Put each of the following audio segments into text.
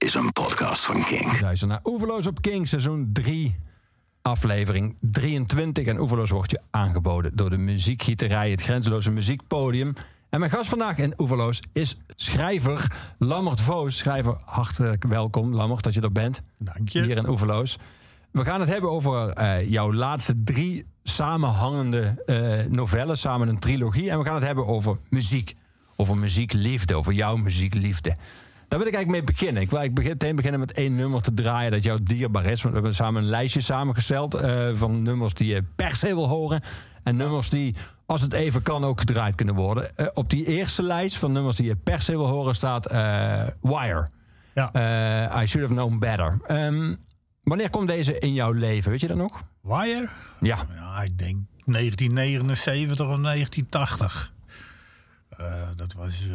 is een podcast van King. Luister naar Oeverloos op King, seizoen 3, aflevering 23. En Oeverloos wordt je aangeboden door de muziekgieterij, het grenzeloze muziekpodium. En mijn gast vandaag in Oeverloos is schrijver Lammert Voos. Schrijver, hartelijk welkom, Lammert, dat je er bent. Dank je. Hier in Oeverloos. We gaan het hebben over jouw laatste 3 samenhangende novellen, samen een trilogie. En we gaan het hebben over muziek. Over muziekliefde, over jouw muziekliefde. Daar wil ik eigenlijk mee beginnen. Ik wil meteen beginnen met 1 nummer te draaien dat jou dierbaar is. Want we hebben samen een lijstje samengesteld van nummers die je per se wil horen. En nummers die, als het even kan, ook gedraaid kunnen worden. Op die eerste lijst van nummers die je per se wil horen staat Wire. Ja. I Should Have Known Better. Wanneer komt deze in jouw leven? Weet je dat nog? Wire? Ja. Ja, ik denk 1979 of 1980. Dat was...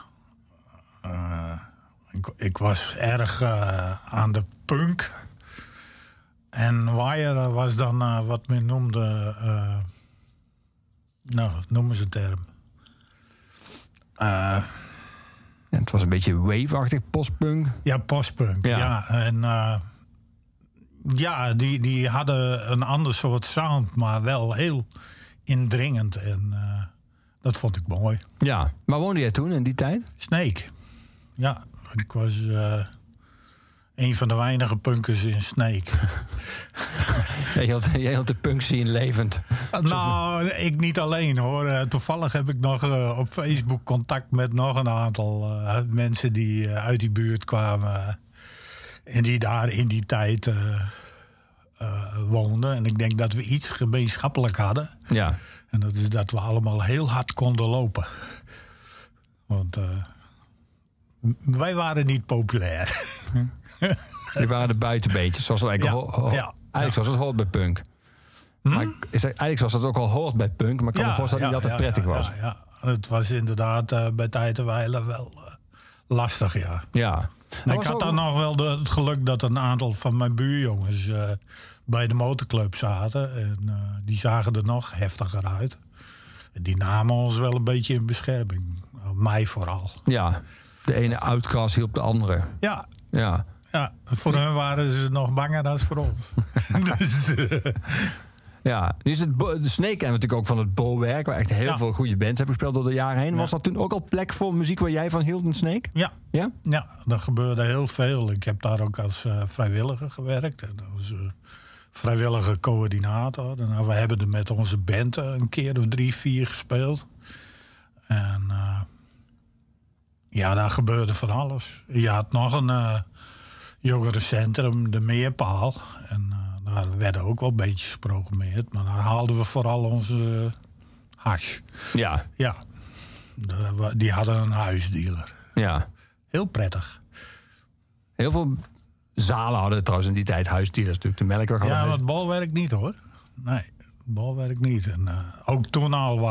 Ik was erg aan de punk. En Wire was dan wat men noemde... noemen ze term. Het was een beetje wave-achtig, postpunk. Ja, postpunk. Ja. En die hadden een ander soort sound, maar wel heel indringend. En dat vond ik mooi. Ja, waar woonde jij toen in die tijd? Snake. Ja, ik was een van de weinige punkers in Snake. Jij hield de punk scene levend. Nou, ik niet alleen hoor. Toevallig heb ik nog op Facebook contact met nog een aantal mensen die uit die buurt kwamen. En die daar in die tijd woonden. En ik denk dat we iets gemeenschappelijk hadden. Ja. En dat is dat we allemaal heel hard konden lopen. Want wij waren niet populair. Die waren de buitenbeentjes, zoals het eigenlijk, eigenlijk zoals het hoort bij punk. Maar eigenlijk zoals het ook al hoort bij punk, maar ik kan me voorstellen dat het niet altijd prettig was. Ja. Het was inderdaad bij tijd en wijle wel lastig, ja. Ja. Ik had dan nog wel het geluk dat een aantal van mijn buurjongens bij de motorclub zaten. En die zagen er nog heftiger uit. En die namen ons wel een beetje in bescherming. Mij vooral. Ja, de ene outcast hielp de andere. Ja. Ja. Ja, voor hen waren ze nog banger dan voor ons. Dus, ja, nu is de Snake en natuurlijk ook van het bolwerk, waar echt heel veel goede bands hebben gespeeld door de jaren heen. Was dat toen ook al plek voor muziek waar jij van hield in Snake? Ja. Ja? Ja, er gebeurde heel veel. Ik heb daar ook als vrijwilliger gewerkt. En als vrijwillige coördinator. En we hebben er met onze band een keer of 3, 4 gespeeld. En daar gebeurde van alles. Je had nog een jongerencentrum, de Meerpaal. En daar werden ook wel beetjes geprogrammeerd. Maar daar haalden we vooral onze hash. Ja. Ja. Die hadden een huisdealer. Ja. Heel prettig. Heel veel zalen hadden trouwens in die tijd huisdealers natuurlijk. De Melkweg hadden maar het bolwerk niet hoor. Nee, het bolwerk niet. En ook toen al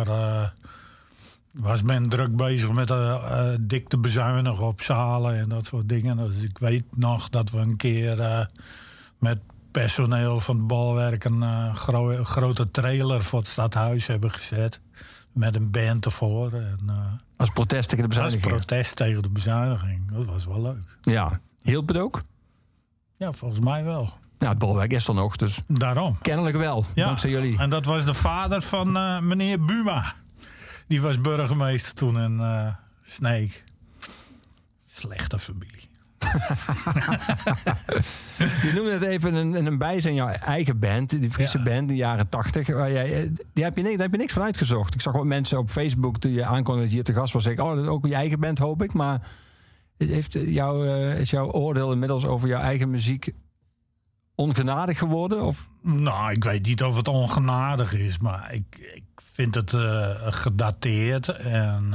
was men druk bezig met dik te bezuinigen op zalen en dat soort dingen. Dus ik weet nog dat we een keer met personeel van het bolwerk een grote trailer voor het stadhuis hebben gezet. Met een band ervoor. En, als protest tegen de bezuiniging? Als protest tegen de bezuiniging. Dat was wel leuk. Ja. Hielp het ook? Ja, volgens mij wel. Ja, het bolwerk is er nog, dus daarom. Kennelijk wel, dankzij jullie. En dat was de vader van meneer Buma. Die was burgemeester toen in Snake. Slechte familie. Je noemde het even een bijzijn, jouw eigen band, die Friese band, de jaren 80. Daar heb je niks van uitgezocht. Ik zag wat mensen op Facebook toen je aankondigde dat je hier te gast was zeggen, dat is ook je eigen band, hoop ik. Maar is jouw oordeel inmiddels over jouw eigen muziek ongenadig geworden? Of? Nou, ik weet niet of het ongenadig is, maar ik vind het gedateerd. En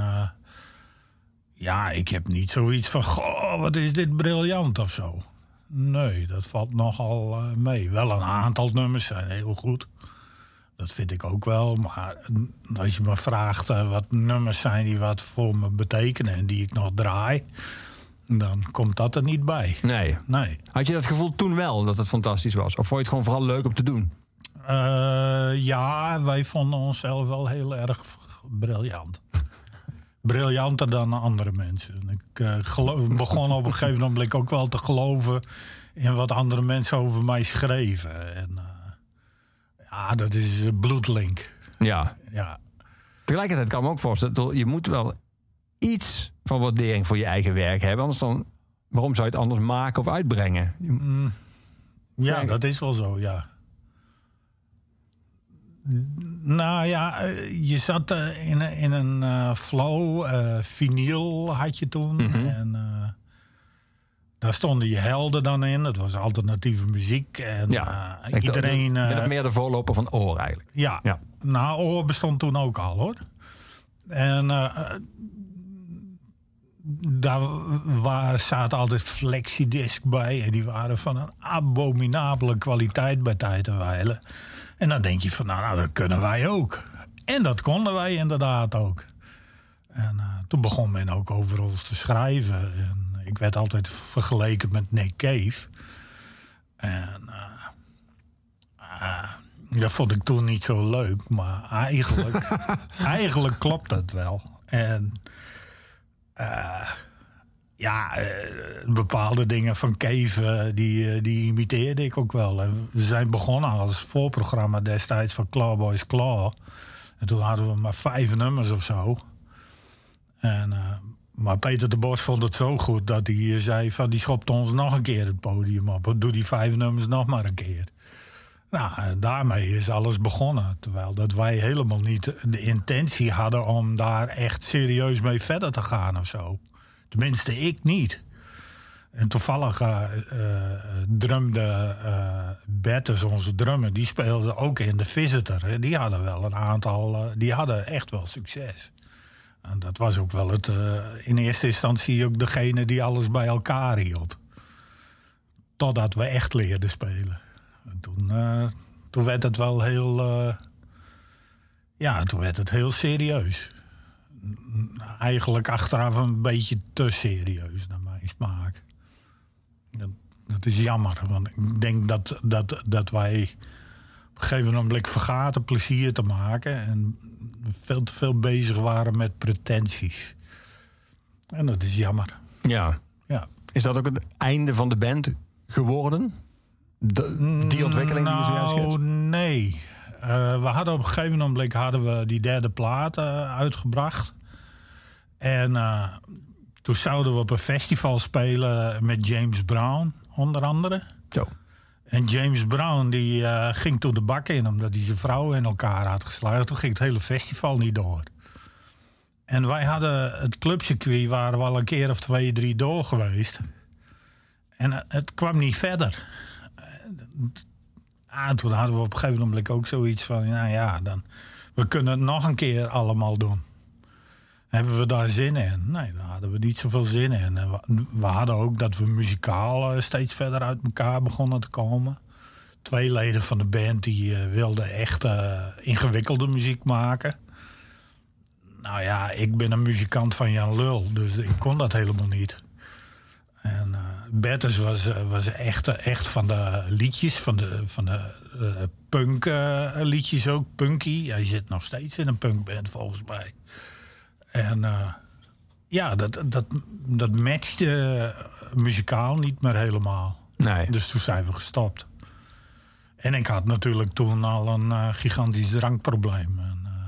ik heb niet zoiets van, goh, wat is dit briljant of zo. Nee, dat valt nogal mee. Wel een aantal nummers zijn heel goed. Dat vind ik ook wel. Maar als je me vraagt wat nummers zijn die wat voor me betekenen en die ik nog draai, dan komt dat er niet bij. Nee. Had je dat gevoel toen wel, dat het fantastisch was? Of vond je het gewoon vooral leuk om te doen? Ja, wij vonden onszelf wel heel erg briljant. briljanter dan andere mensen. Ik begon op een gegeven moment ook wel te geloven in wat andere mensen over mij schreven. En dat is bloedlink. Ja. Ja. Tegelijkertijd kan ik me ook voorstellen, je moet wel iets van waardering voor je eigen werk hebben. Anders dan, waarom zou je het anders maken of uitbrengen? Ja, dat is wel zo, ja. Nou ja, je zat in een flow. Vinyl had je toen. Mm-hmm. En daar stonden je helden dan in. Het was alternatieve muziek. En iedereen... min of meer de voorloper van Oor eigenlijk. Ja. Nou, Oor bestond toen ook al, hoor. En daar zaten altijd flexidisc bij. En die waren van een abominabele kwaliteit bij tijd en wijle. En dan denk je van, nou, dat kunnen wij ook. En dat konden wij inderdaad ook. En toen begon men ook over ons te schrijven. En ik werd altijd vergeleken met Nick Cave. En dat vond ik toen niet zo leuk. Maar eigenlijk klopt het wel. En bepaalde dingen van Cave, die imiteerde ik ook wel. En we zijn begonnen als voorprogramma destijds van Clawboys Claw. En toen hadden we maar 5 nummers of zo. En, maar Peter de Bos vond het zo goed dat hij zei van, die schopte ons nog een keer het podium op. Doe die 5 nummers nog maar een keer. Nou, daarmee is alles begonnen. Terwijl dat wij helemaal niet de intentie hadden om daar echt serieus mee verder te gaan of zo. Tenminste, ik niet. En toevallig drumde Bertus, onze drummer, die speelde ook in The Visitor. En die hadden wel een aantal, die hadden echt wel succes. En dat was ook wel in eerste instantie ook degene die alles bij elkaar hield. Totdat we echt leerden spelen. En toen werd het wel heel... toen werd het heel serieus. Eigenlijk achteraf een beetje te serieus naar mijn smaak. Dat is jammer, want ik denk dat wij op een gegeven moment vergaten plezier te maken en veel te veel bezig waren met pretenties. En dat is jammer. Ja. Is dat ook het einde van de band geworden? Die ontwikkeling die je zojuist schetst? Nee. We hadden op een gegeven moment die derde plaat uitgebracht. En toen zouden we op een festival spelen met James Brown, onder andere. Zo. En James Brown die ging toen de bak in, omdat hij zijn vrouw in elkaar had geslagen. Toen ging het hele festival niet door. En wij hadden het clubcircuit, waren we al een keer of 2, 3 door geweest. En het kwam niet verder. Toen hadden we op een gegeven moment ook zoiets van, we kunnen het nog een keer allemaal doen. Hebben we daar zin in? Nee, daar hadden we niet zoveel zin in. En we hadden ook dat we muzikaal steeds verder uit elkaar begonnen te komen. 2 leden van de band die wilden echt ingewikkelde muziek maken. Nou ja, ik ben een muzikant van Jan Lul, dus ik kon dat helemaal niet. En Bertus was echt van de liedjes, van de punk liedjes ook, punky. Hij zit nog steeds in een punkband volgens mij. En dat matchte muzikaal niet meer helemaal. Nee. Dus toen zijn we gestopt. En ik had natuurlijk toen al een gigantisch drankprobleem.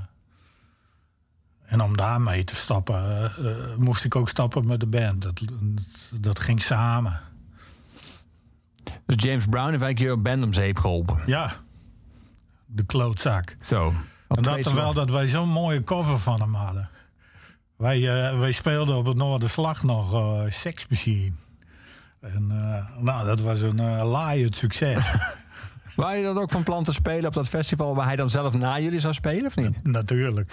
En om daarmee te stappen, moest ik ook stappen met de band. Dat ging samen. Dus James Brown heeft eigenlijk je band om zeep geholpen? Ja, de klootzak. Zo. En dat terwijl dat wij zo'n mooie cover van hem hadden. Wij speelden op het Noorderslag nog Sex Machine. En dat was een laaiend succes. Waren je dat ook van plan te spelen op dat festival waar hij dan zelf na jullie zou spelen, of niet? Natuurlijk.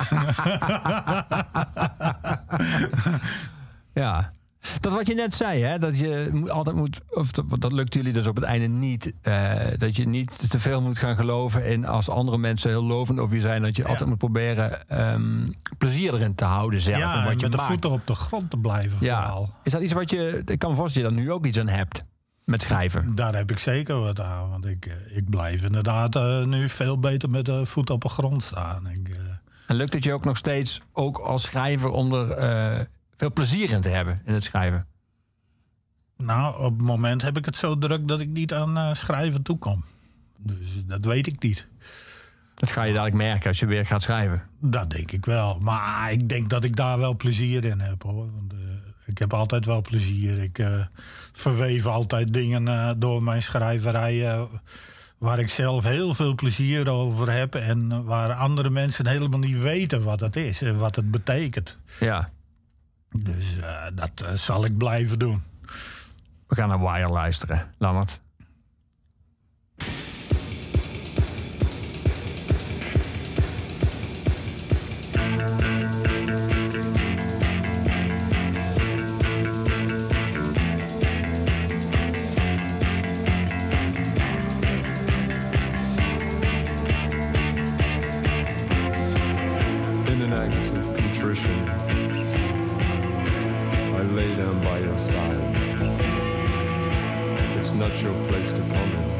Ja. Dat wat je net zei, hè, dat je altijd moet, of dat lukt jullie dus op het einde niet, dat je niet te veel moet gaan geloven in als andere mensen heel lovend over je zijn, dat je altijd moet proberen plezier erin te houden zelf. Ja, en wat je met maakt. de voeten op de grond te blijven vooral. Is dat iets wat ik kan me voorstellen dat je daar nu ook iets aan hebt met schrijven? Daar heb ik zeker wat aan, want ik blijf inderdaad nu veel beter met de voeten op de grond staan. En lukt het je ook nog steeds, ook als schrijver, om er veel plezier in te hebben in het schrijven? Nou, op het moment heb ik het zo druk dat ik niet aan schrijven toekom. Dus dat weet ik niet. Dat ga je dadelijk merken als je weer gaat schrijven. Dat denk ik wel. Maar ik denk dat ik daar wel plezier in heb, hoor. Want, ik heb altijd wel plezier. Ik verweef altijd dingen door mijn schrijverij... waar ik zelf heel veel plezier over heb... en waar andere mensen helemaal niet weten wat het is... en wat het betekent. Ja. Dus dat zal ik blijven doen. We gaan naar Wire luisteren, Lammert. In an act of contrition, I lay down by your side. It's not your place to comment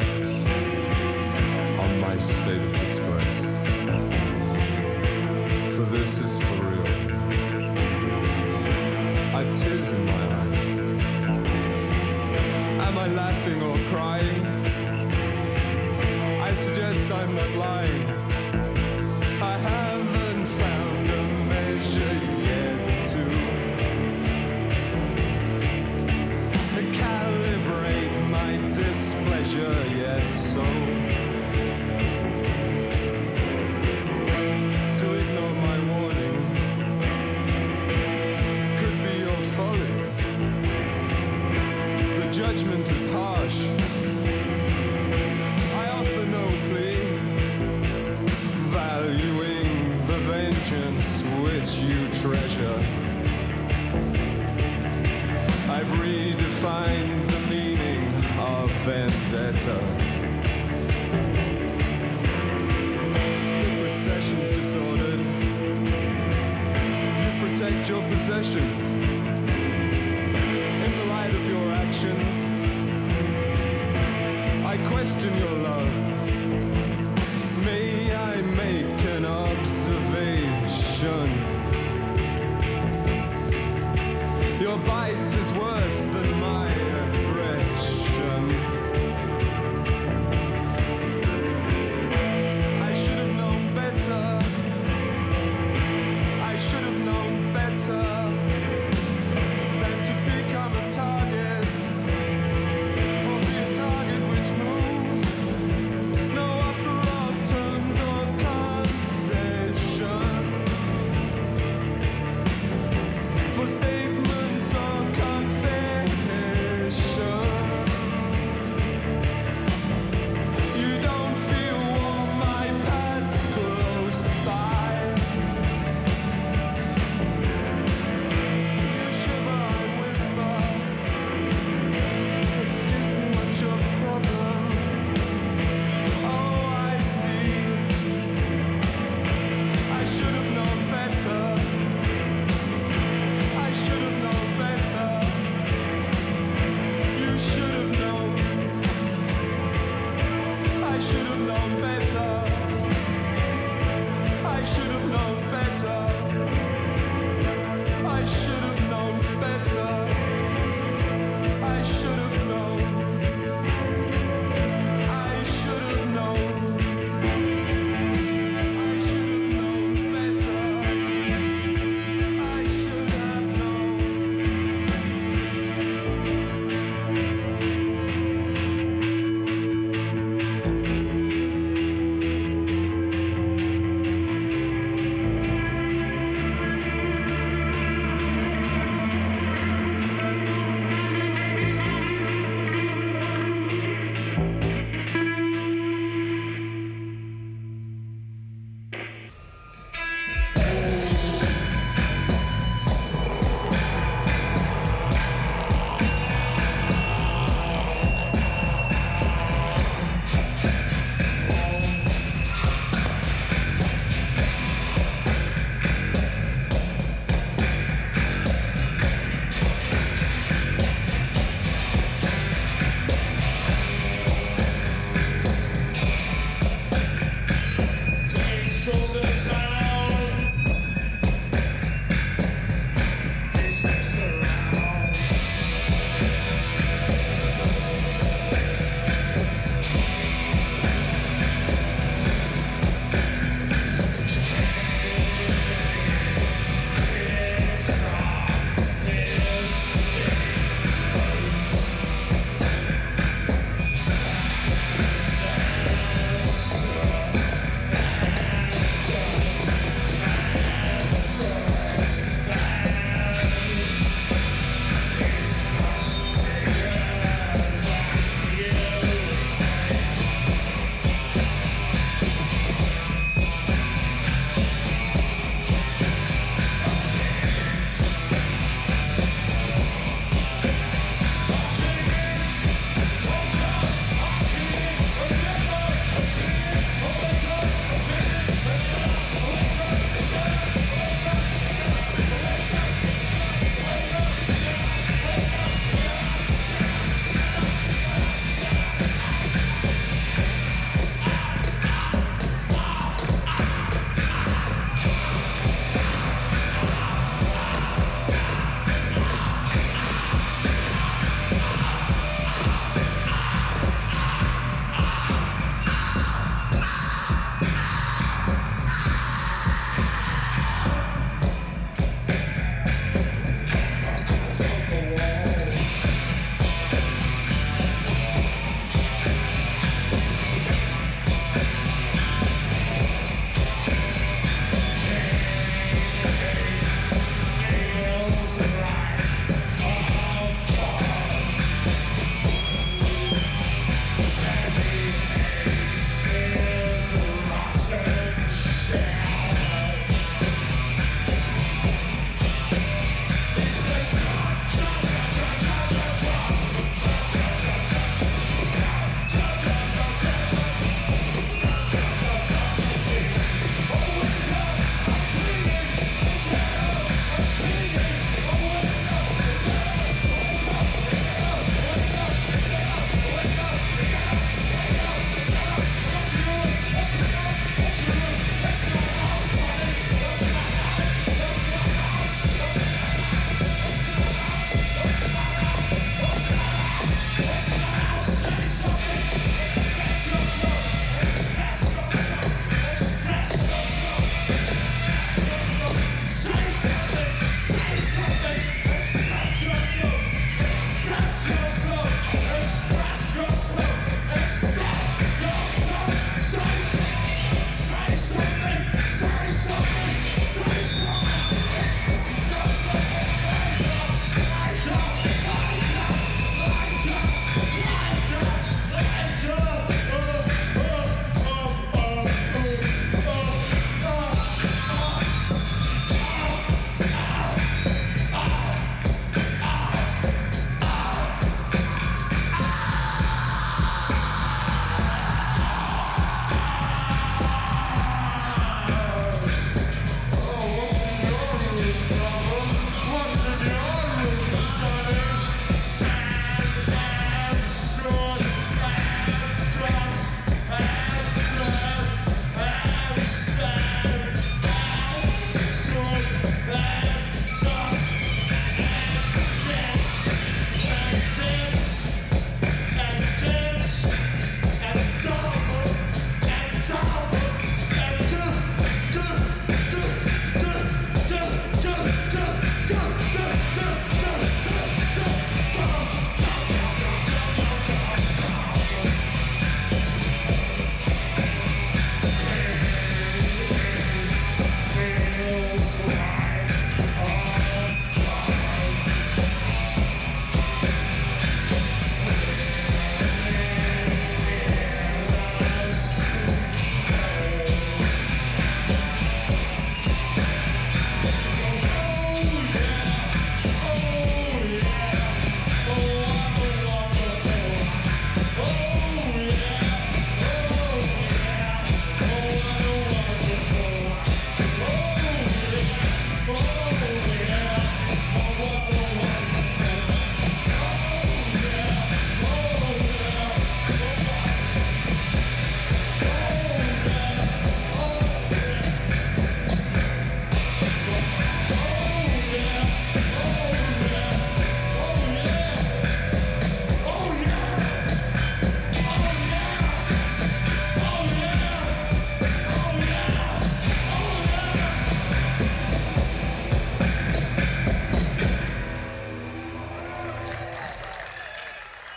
on my state of disgrace. For this is for real. I've tears in my eyes. Am I laughing or crying? I suggest I'm not lying. I haven't found a measure yet to calibrate my displeasure yet, so to ignore my warning could be your folly. The judgment is harsh. I offer no plea, valuing the vengeance which you treasure. I've redefined the meaning of vendetta. The procession's disordered. You protect your possessions. In the light of your actions, I question your love. May I make an observation? Your bite is worse than my aggression. I should have known better. I should have known better.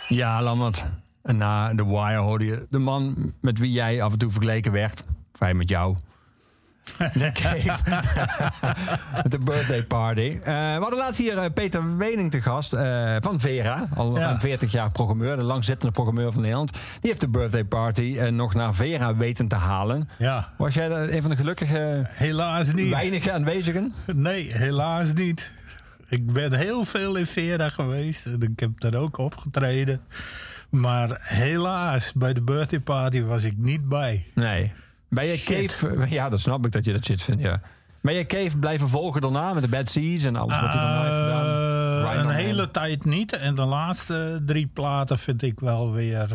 Ja, Lammert. En na The Wire hoorde je de man met wie jij af en toe vergeleken werd. Fijn met jou. De Cave. De birthday party. We hadden laatst hier Peter Wening te gast van Vera. Al 40 jaar programmeur. De langzittende programmeur van Nederland. Die heeft de birthday party nog naar Vera weten te halen. Ja. Was jij een van de gelukkige... Helaas niet. Weinige aanwezigen? Nee, helaas niet. Ik ben heel veel in Vera geweest. En ik heb daar ook opgetreden. Maar helaas, bij de birthday party was ik niet bij. Nee. Ben je Cave... Ja, dat snap ik dat je dat shit vindt, ja. Ben je Cave blijven volgen daarna met de Bad Seeds en alles wat hij daarna heeft gedaan? Een hele tijd niet. En de laatste 3 platen vind ik wel weer...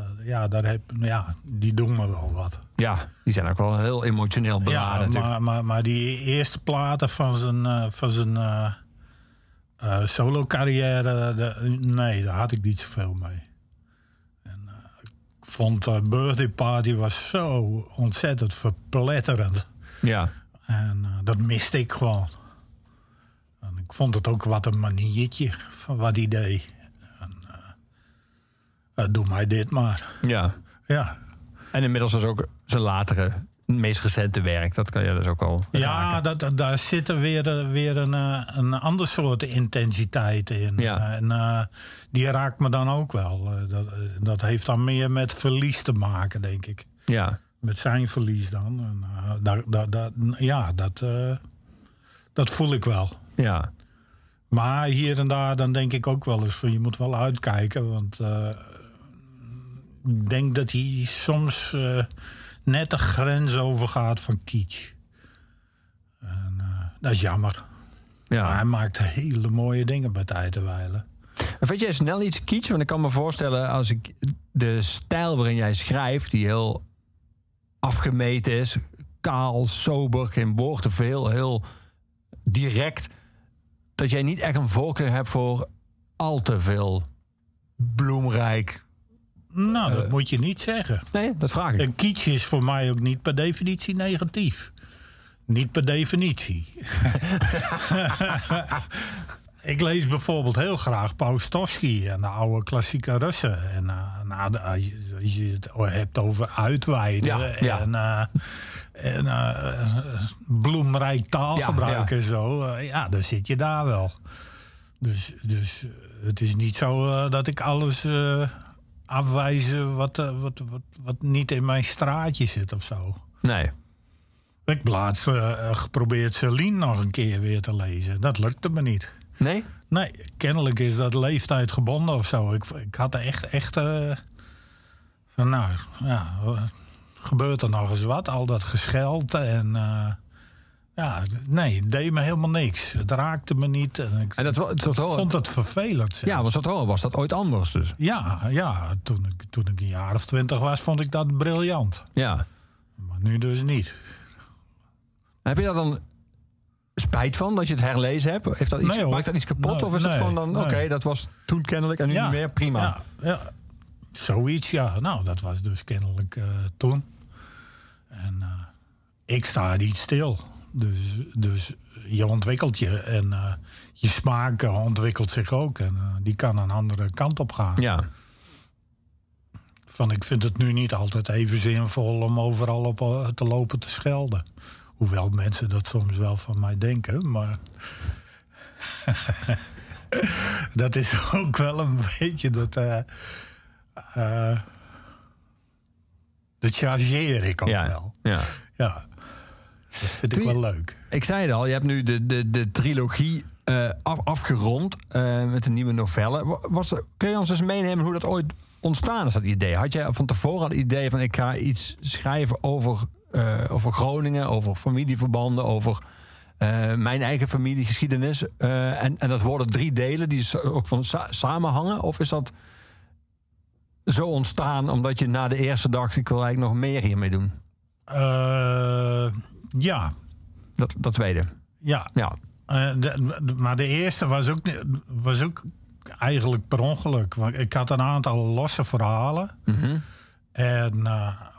die doen me wel wat. Ja, die zijn ook wel heel emotioneel beladen. Ja, maar die eerste platen van zijn solo-carrière... Nee, daar had ik niet zoveel mee. Ik vond Birthday Party was zo ontzettend verpletterend. Ja. En dat miste ik gewoon. En ik vond het ook wat een maniertje van wat hij deed. En, doe mij dit maar. Ja. Ja. En inmiddels was ook zijn latere, meest recente werk. Dat kan je dus ook al raken. Daar zit er weer een ander soort intensiteit in. Ja. En die raakt me dan ook wel. Dat heeft dan meer met verlies te maken, denk ik. Ja. Met zijn verlies dan. En, dat voel ik wel. Ja. Maar hier en daar dan denk ik ook wel eens van... je moet wel uitkijken, want ik denk dat hij soms... net de grens overgaat van kitsch. En, dat is jammer. Ja. Maar hij maakt hele mooie dingen bij tijd en wijle. Vind jij snel iets kitsch? Want ik kan me voorstellen, als ik de stijl waarin jij schrijft... die heel afgemeten is, kaal, sober, geen woord te veel, heel direct... dat jij niet echt een voorkeur hebt voor al te veel bloemrijk... Nou, dat moet je niet zeggen. Nee, dat vraag ik. Een kitsch is voor mij ook niet per definitie negatief. Niet per definitie. Ik lees bijvoorbeeld heel graag Paustovsky en de oude klassieke Russen. En als je het hebt over uitweiden en bloemrijk taalgebruik en zo. Dan zit je daar wel. Dus het is niet zo dat ik alles... afwijzen wat niet in mijn straatje zit of zo. Nee. Ik heb laatst geprobeerd Celine nog een keer weer te lezen. Dat lukte me niet. Nee? Nee, kennelijk is dat leeftijd gebonden of zo. Ik had er echt van gebeurt er nog eens wat? Al dat gescheld en... het deed me helemaal niks. Het raakte me niet. En ik vond het vervelend. Zelfs. Ja, was dat ooit anders dus? Ja, toen ik een jaar of 20 was, vond ik dat briljant. Ja. Maar nu dus niet. Heb je daar dan spijt van dat je het herlezen hebt? Heeft dat iets, maakt dat iets kapot? Of is het gewoon dan, oké, dat was toen kennelijk en nu niet meer? Prima. Ja. Zoiets, ja. Nou, dat was dus kennelijk toen. En ik sta niet stil. Dus je ontwikkelt je en je smaak ontwikkelt zich ook. En die kan een andere kant op gaan. Ja. Ik vind het nu niet altijd even zinvol om overal op te lopen te schelden. Hoewel mensen dat soms wel van mij denken. Maar dat is ook wel een beetje dat chargeer ik ook wel. Ja. Dat vind ik wel leuk. Ik zei het al, je hebt nu de trilogie afgerond met een nieuwe novelle. Kun je ons eens meenemen hoe dat ooit ontstaan is, dat idee? Had jij van tevoren al het idee van ik ga iets schrijven over Groningen, over familieverbanden, over mijn eigen familiegeschiedenis. En dat worden 3 delen die ook van samenhangen? Of is dat zo ontstaan omdat je na de eerste dacht ik wil eigenlijk nog meer hiermee doen? Ja. Dat tweede? Ja. Maar de eerste was ook eigenlijk per ongeluk. Want ik had een aantal losse verhalen. Mm-hmm. En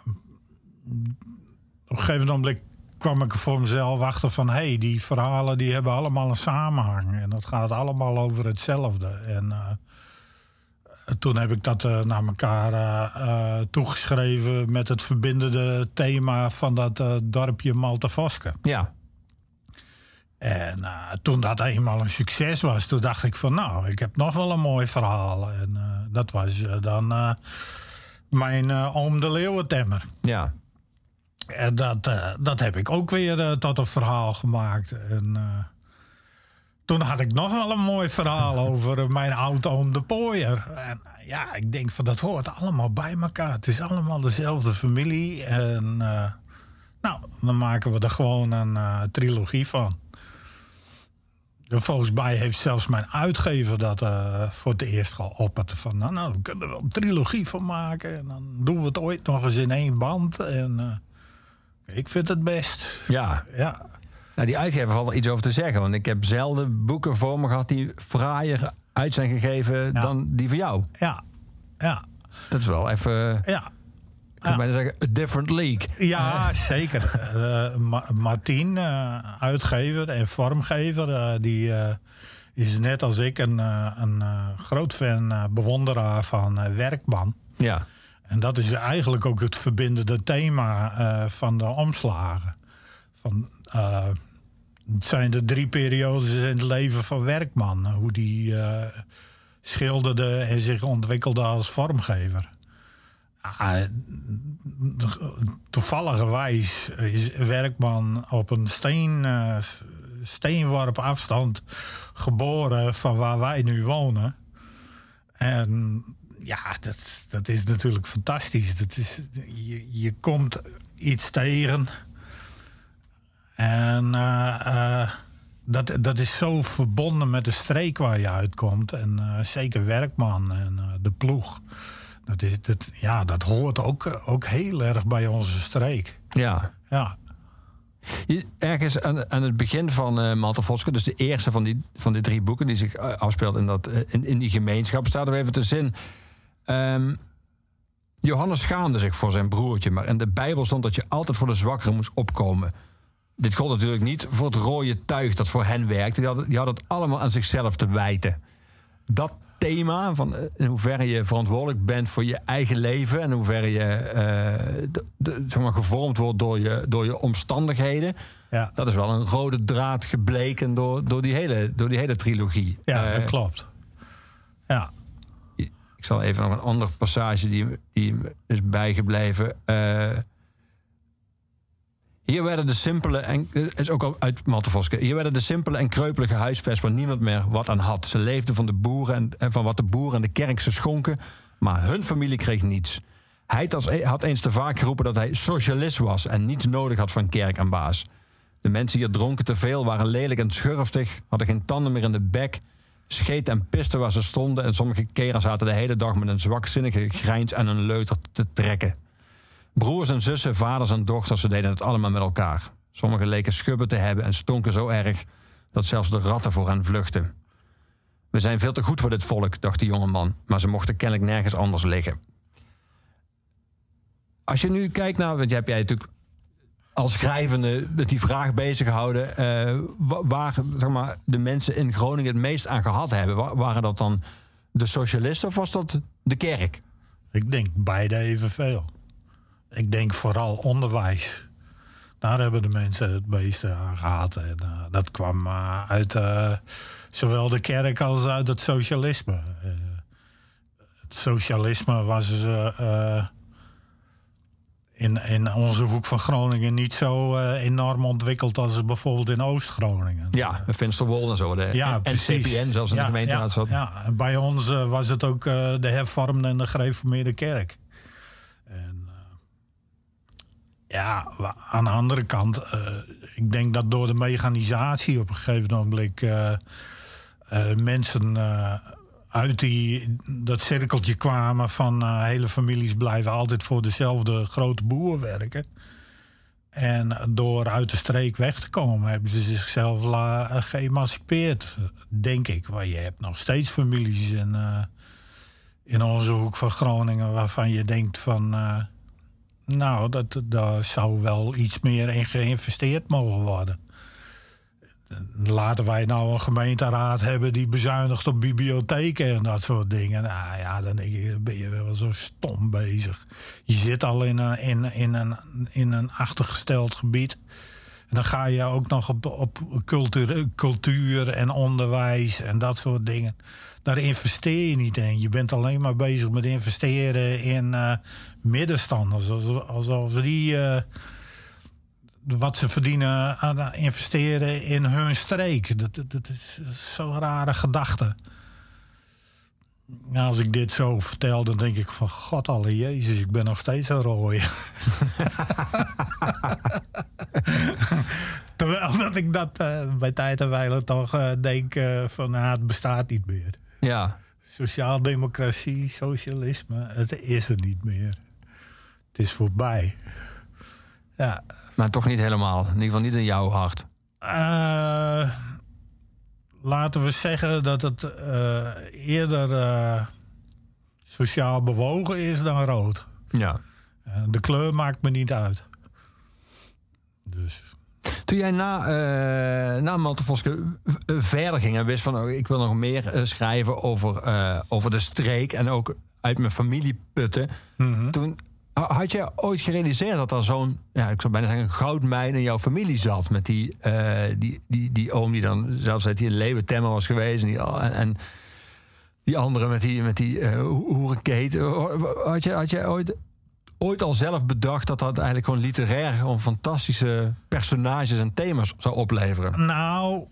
op een gegeven moment kwam ik er voor mezelf achter van... die verhalen die hebben allemaal een samenhang. En dat gaat allemaal over hetzelfde. En toen heb ik dat naar elkaar toegeschreven met het verbindende thema van dat dorpje Maltevoske. Ja. En toen dat eenmaal een succes was, toen dacht ik van nou, ik heb nog wel een mooi verhaal. En dat was dan mijn oom de Leeuwentemmer. Ja. En dat heb ik ook weer tot een verhaal gemaakt. En toen had ik nog wel een mooi verhaal over mijn oud-oom de Pooier. En ja, ik denk van dat hoort allemaal bij elkaar. Het is allemaal dezelfde familie. En nou, dan maken we er gewoon een trilogie van. En volgens mij heeft zelfs mijn uitgever dat voor het eerst geopperd. Van nou, we kunnen er wel een trilogie van maken. En dan doen we het ooit nog eens in 1 band. En ik vind het best. Ja. Ja. Nou, die uitgever valt er iets over te zeggen. Want ik heb zelden boeken voor me gehad die fraaier uit zijn gegeven dan die van jou. Ja. Ja. Dat is wel even... Ja. Ik kan bijna zeggen, a different league. Ja, zeker. Martien, uitgever en vormgever, die is net als ik een groot fan, bewonderaar van Werkman. Ja. En dat is eigenlijk ook het verbindende thema van de omslagen. Het zijn de 3 periodes in het leven van Werkman. Hoe die schilderde en zich ontwikkelde als vormgever. Toevalligerwijs is Werkman op een steenworp afstand geboren van waar wij nu wonen. En ja, dat is natuurlijk fantastisch. Je komt iets tegen. En dat is zo verbonden met de streek waar je uitkomt. En zeker Werkman en de ploeg. Dat hoort ook heel erg bij onze streek. Ja. Ja. Ergens aan het begin van Maltevoske, dus de eerste van die 3 boeken die zich afspeelt in die gemeenschap, staat er even te zin. Johannes schaamde zich voor zijn broertje, maar in de Bijbel stond dat je altijd voor de zwakkeren moest opkomen. Dit gold natuurlijk niet voor het rode tuig dat voor hen werkte. Die had het allemaal aan zichzelf te wijten. Dat thema van in hoeverre je verantwoordelijk bent voor je eigen leven en in hoeverre je zeg maar, gevormd wordt door je omstandigheden. Ja. Dat is wel een rode draad gebleken door die hele trilogie. Ja, dat klopt. Ja. Ik zal even nog een andere passage die is bijgebleven. Hier werden de simpele is ook al uit Maltevoske. Hier werden de simpele en kreupelige huisvest waar niemand meer wat aan had. Ze leefden van de boeren en van wat de boeren en de kerk ze schonken, maar hun familie kreeg niets. Hij had eens te vaak geroepen dat hij socialist was en niets nodig had van kerk en baas. De mensen hier dronken te veel, waren lelijk en schurftig, hadden geen tanden meer in de bek, scheten en pisten waar ze stonden en sommige keren zaten de hele dag met een zwakzinnige grijns en een leuter te trekken. Broers en zussen, vaders en dochters, ze deden het allemaal met elkaar. Sommigen leken schubben te hebben en stonken zo erg dat zelfs de ratten voor hen vluchtten. We zijn veel te goed voor dit volk, dacht de jonge man, maar ze mochten kennelijk nergens anders liggen. Als je nu kijkt naar, want jij natuurlijk als schrijvende met die vraag bezig gehouden, waar zeg maar, de mensen in Groningen het meest aan gehad hebben. Waren dat dan de socialisten of was dat de kerk? Ik denk beide evenveel. Ik denk vooral onderwijs. Daar hebben de mensen het meeste aan gehad. En dat kwam uit zowel de kerk als uit het socialisme. Het socialisme was in onze hoek van Groningen niet zo enorm ontwikkeld als het bijvoorbeeld in Oost-Groningen. Ja, Finsterwolde en zo. En CPN zelfs in de gemeenteraad zat. Ja, en bij ons was het ook de hervormde en de gereformeerde kerk. En aan de andere kant, ik denk dat door de mechanisatie op een gegeven moment mensen uit dat cirkeltje kwamen van hele families blijven altijd voor dezelfde grote boer werken. En door uit de streek weg te komen hebben ze zichzelf geëmancipeerd, denk ik. Maar je hebt nog steeds families in onze hoek van Groningen waarvan je denkt van daar zou wel iets meer in geïnvesteerd mogen worden. laten wij nou een gemeenteraad hebben die bezuinigt op bibliotheken en dat soort dingen. Nou ja, dan denk ik, ben je wel zo stom bezig. Je zit al in een achtergesteld gebied. En dan ga je ook nog op cultuur en onderwijs en dat soort dingen. Daar investeer je niet in. Je bent alleen maar bezig met investeren in middenstanders. Alsof die wat ze verdienen aan investeren in hun streek. Dat is zo'n rare gedachte. Nou, als ik dit zo vertel, dan denk ik van... God alle Jezus, ik ben nog steeds een rooie. Terwijl dat ik dat bij tijd en wijle toch denk van... het bestaat niet meer. Ja. Sociaaldemocratie, socialisme, het is er niet meer. Het is voorbij. Ja. Maar toch niet helemaal. In ieder geval niet in jouw hart. Laten we zeggen dat het eerder sociaal bewogen is dan rood. Ja. De kleur maakt me niet uit. Dus. Toen jij na Maltevoske verder ging en wist van... ik wil nog meer schrijven over de streek... en ook uit mijn familie putten... Mm-hmm. Toen had je ooit gerealiseerd dat er zo'n... ja, ik zou bijna zeggen, een goudmijn in jouw familie zat... met die oom die dan zelfs uit die leeuwentemmer was geweest... en die andere met die hoerenkeet. Had je ooit al zelf bedacht dat eigenlijk gewoon literair... gewoon fantastische personages en thema's zou opleveren? Nou,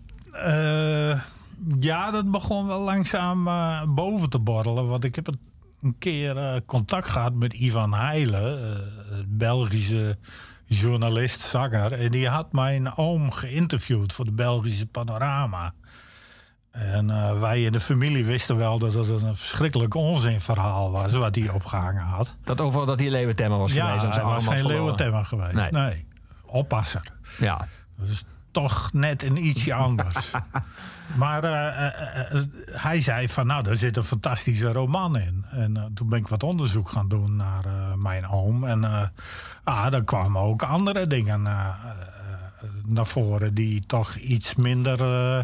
ja, dat begon wel langzaam boven te borrelen. Want ik heb een keer contact gehad met Ivan Heijlen... Belgische journalist, zanger. En die had mijn oom geïnterviewd voor de Belgische Panorama. En wij in de familie wisten wel dat het een verschrikkelijk onzinverhaal was... wat hij opgehangen had. Dat over dat hij leeuwentemmer was geweest? Ja, hij was geen leeuwentemmer geweest. Nee, oppasser. Ja. Dat is toch net een ietsje anders. Maar hij zei van, nou, daar zit een fantastische roman in. En toen ben ik wat onderzoek gaan doen naar mijn oom. En dan kwamen ook andere dingen naar voren... die toch iets minder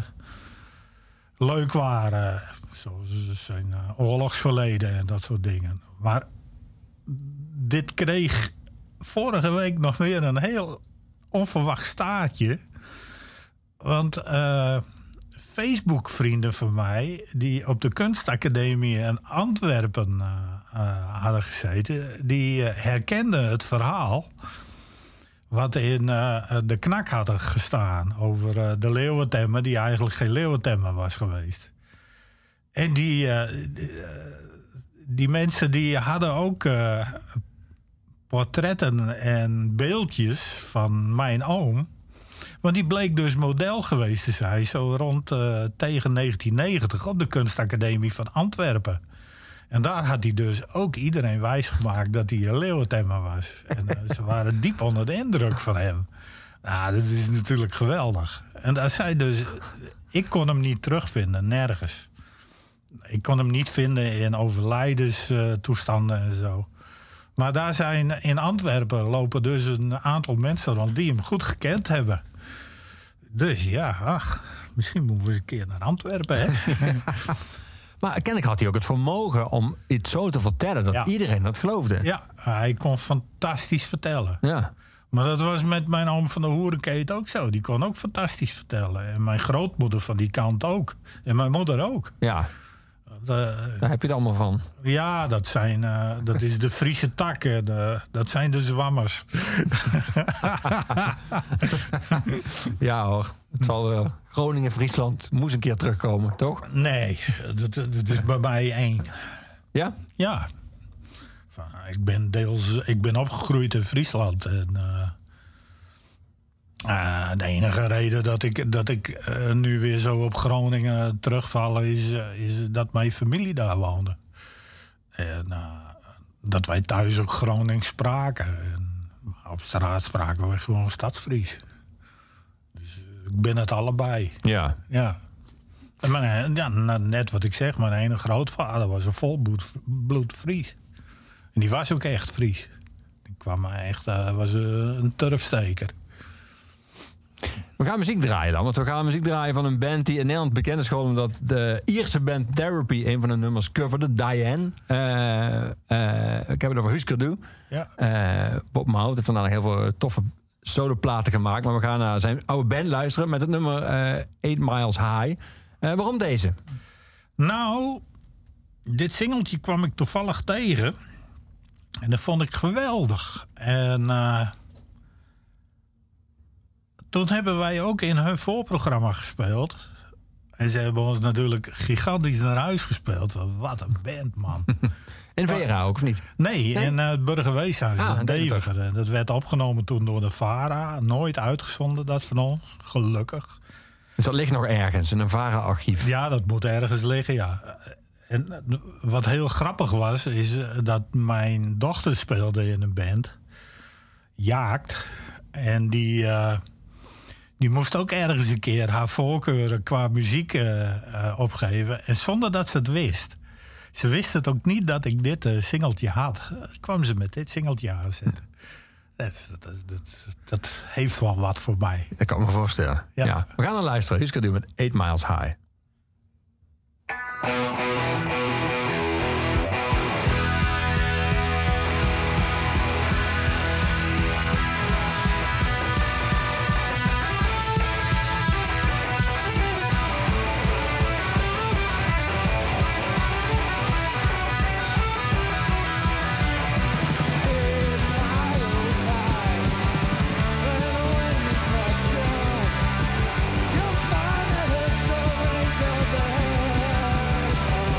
leuk waren. Zoals zijn oorlogsverleden en dat soort dingen. Maar dit kreeg vorige week nog weer een heel onverwacht staartje... Want Facebook-vrienden van mij... die op de kunstacademie in Antwerpen hadden gezeten... die herkenden het verhaal... wat in de Knak hadden gestaan... over de leeuwentemmer... die eigenlijk geen leeuwentemmer was geweest. En die mensen die hadden ook... portretten en beeldjes van mijn oom... Want die bleek dus model geweest te zijn... zo rond tegen 1990 op de kunstacademie van Antwerpen. En daar had hij dus ook iedereen wijsgemaakt... dat hij een leeuwentemmer was. En ze waren diep onder de indruk van hem. Nou, dat is natuurlijk geweldig. En daar zei dus... Ik kon hem niet terugvinden, nergens. Ik kon hem niet vinden in overlijdenstoestanden en zo. Maar daar zijn in Antwerpen lopen dus een aantal mensen rond... die hem goed gekend hebben. Dus ja, misschien moeten we eens een keer naar Antwerpen, hè? Maar kennelijk had hij ook het vermogen om iets zo te vertellen... dat iedereen dat geloofde. Ja, hij kon fantastisch vertellen. Ja. Maar dat was met mijn oom van de Hoerenkeet ook zo. Die kon ook fantastisch vertellen. En mijn grootmoeder van die kant ook. En mijn moeder ook. Ja. Daar heb je het allemaal van. Ja, dat is de Friese tak. Dat zijn de zwammers. Ja hoor. Het zal Groningen-Friesland moest een keer terugkomen, toch? Nee, dat is bij mij één. Ja? Ja. Ik ben opgegroeid in Friesland. En de enige reden dat ik nu weer zo op Groningen terugval... is dat mijn familie daar woonde. En dat wij thuis ook Gronings spraken. En op straat spraken we gewoon Stadsfries. Dus ik ben het allebei. Ja. Ja. Net wat ik zeg, mijn ene grootvader was een volbloed Fries. En die was ook echt Fries. Die kwam echt, was een turfsteker. We gaan muziek draaien dan. Want we gaan muziek draaien van een band die in Nederland bekend is geworden... omdat de Ierse band Therapy een van de nummers coverde. Diane. Ik heb het over Husker Du. Ja. Bob Mout heeft vandaag heel veel toffe soloplaten gemaakt. Maar we gaan naar zijn oude band luisteren met het nummer 8 Miles High. Waarom deze? Nou, dit singeltje kwam ik toevallig tegen. En dat vond ik geweldig. En toen hebben wij ook in hun voorprogramma gespeeld. En ze hebben ons natuurlijk gigantisch naar huis gespeeld. Wat een band, man. In VRA ook, of niet? Nee, in het Burgerweeshuis in Deventer. Deventer. En dat werd opgenomen toen door de VARA. Nooit uitgezonden, dat van ons. Gelukkig. Dus dat ligt nog ergens in een VARA-archief. Ja, dat moet ergens liggen, ja. En wat heel grappig was, is dat mijn dochter speelde in een band. Jaakt. En die moest ook ergens een keer haar voorkeuren qua muziek opgeven. En zonder dat ze het wist. Ze wist het ook niet dat ik dit singeltje had. Kwam ze met dit singeltje aanzetten. Dat heeft wel wat voor mij. Dat kan ik me voorstellen. Ja. Ja. We gaan naar luisteren. Husker Du met 8 Miles High. You'll find a story to the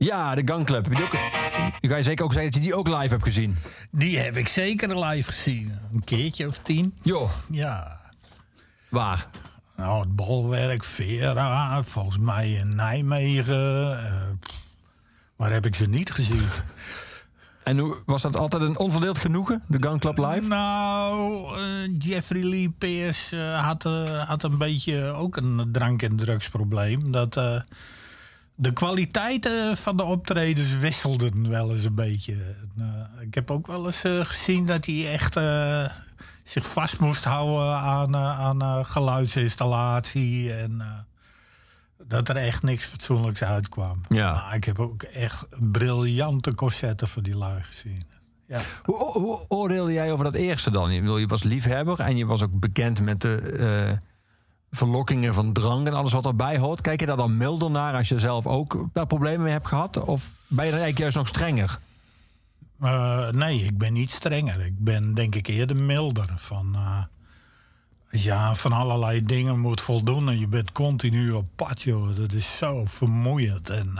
Ja, de Gun Club. Dan ga je zeker ook zeggen dat je die ook live hebt gezien. Die heb ik zeker live gezien. Een keertje of 10. Jo, Ja. waar? Nou, het Bolwerk, Vera, volgens mij in Nijmegen. Waar heb ik ze niet gezien? En hoe, was dat altijd een onverdeeld genoegen, de Gun Club live? Nou, Jeffrey Lee Pierce had een beetje ook een drank- en drugsprobleem. Dat de kwaliteiten van de optredens wisselden wel eens een beetje. Ik heb ook wel eens gezien dat hij echt zich vast moest houden aan geluidsinstallatie. En dat er echt niks fatsoenlijks uitkwam. Ja. Maar ik heb ook echt briljante concerten van die lui gezien. Ja. Hoe oordeelde jij over dat eerste dan? Je was liefhebber en je was ook bekend met de verlokkingen van drank en alles wat erbij hoort. Kijk je daar dan milder naar als je zelf ook daar problemen mee hebt gehad? Of ben je dan eigenlijk juist nog strenger? Nee, ik ben niet strenger. Ik ben denk ik eerder milder. Als je aan van allerlei dingen moet voldoen en je bent continu op pad, joh. Dat is zo vermoeiend. En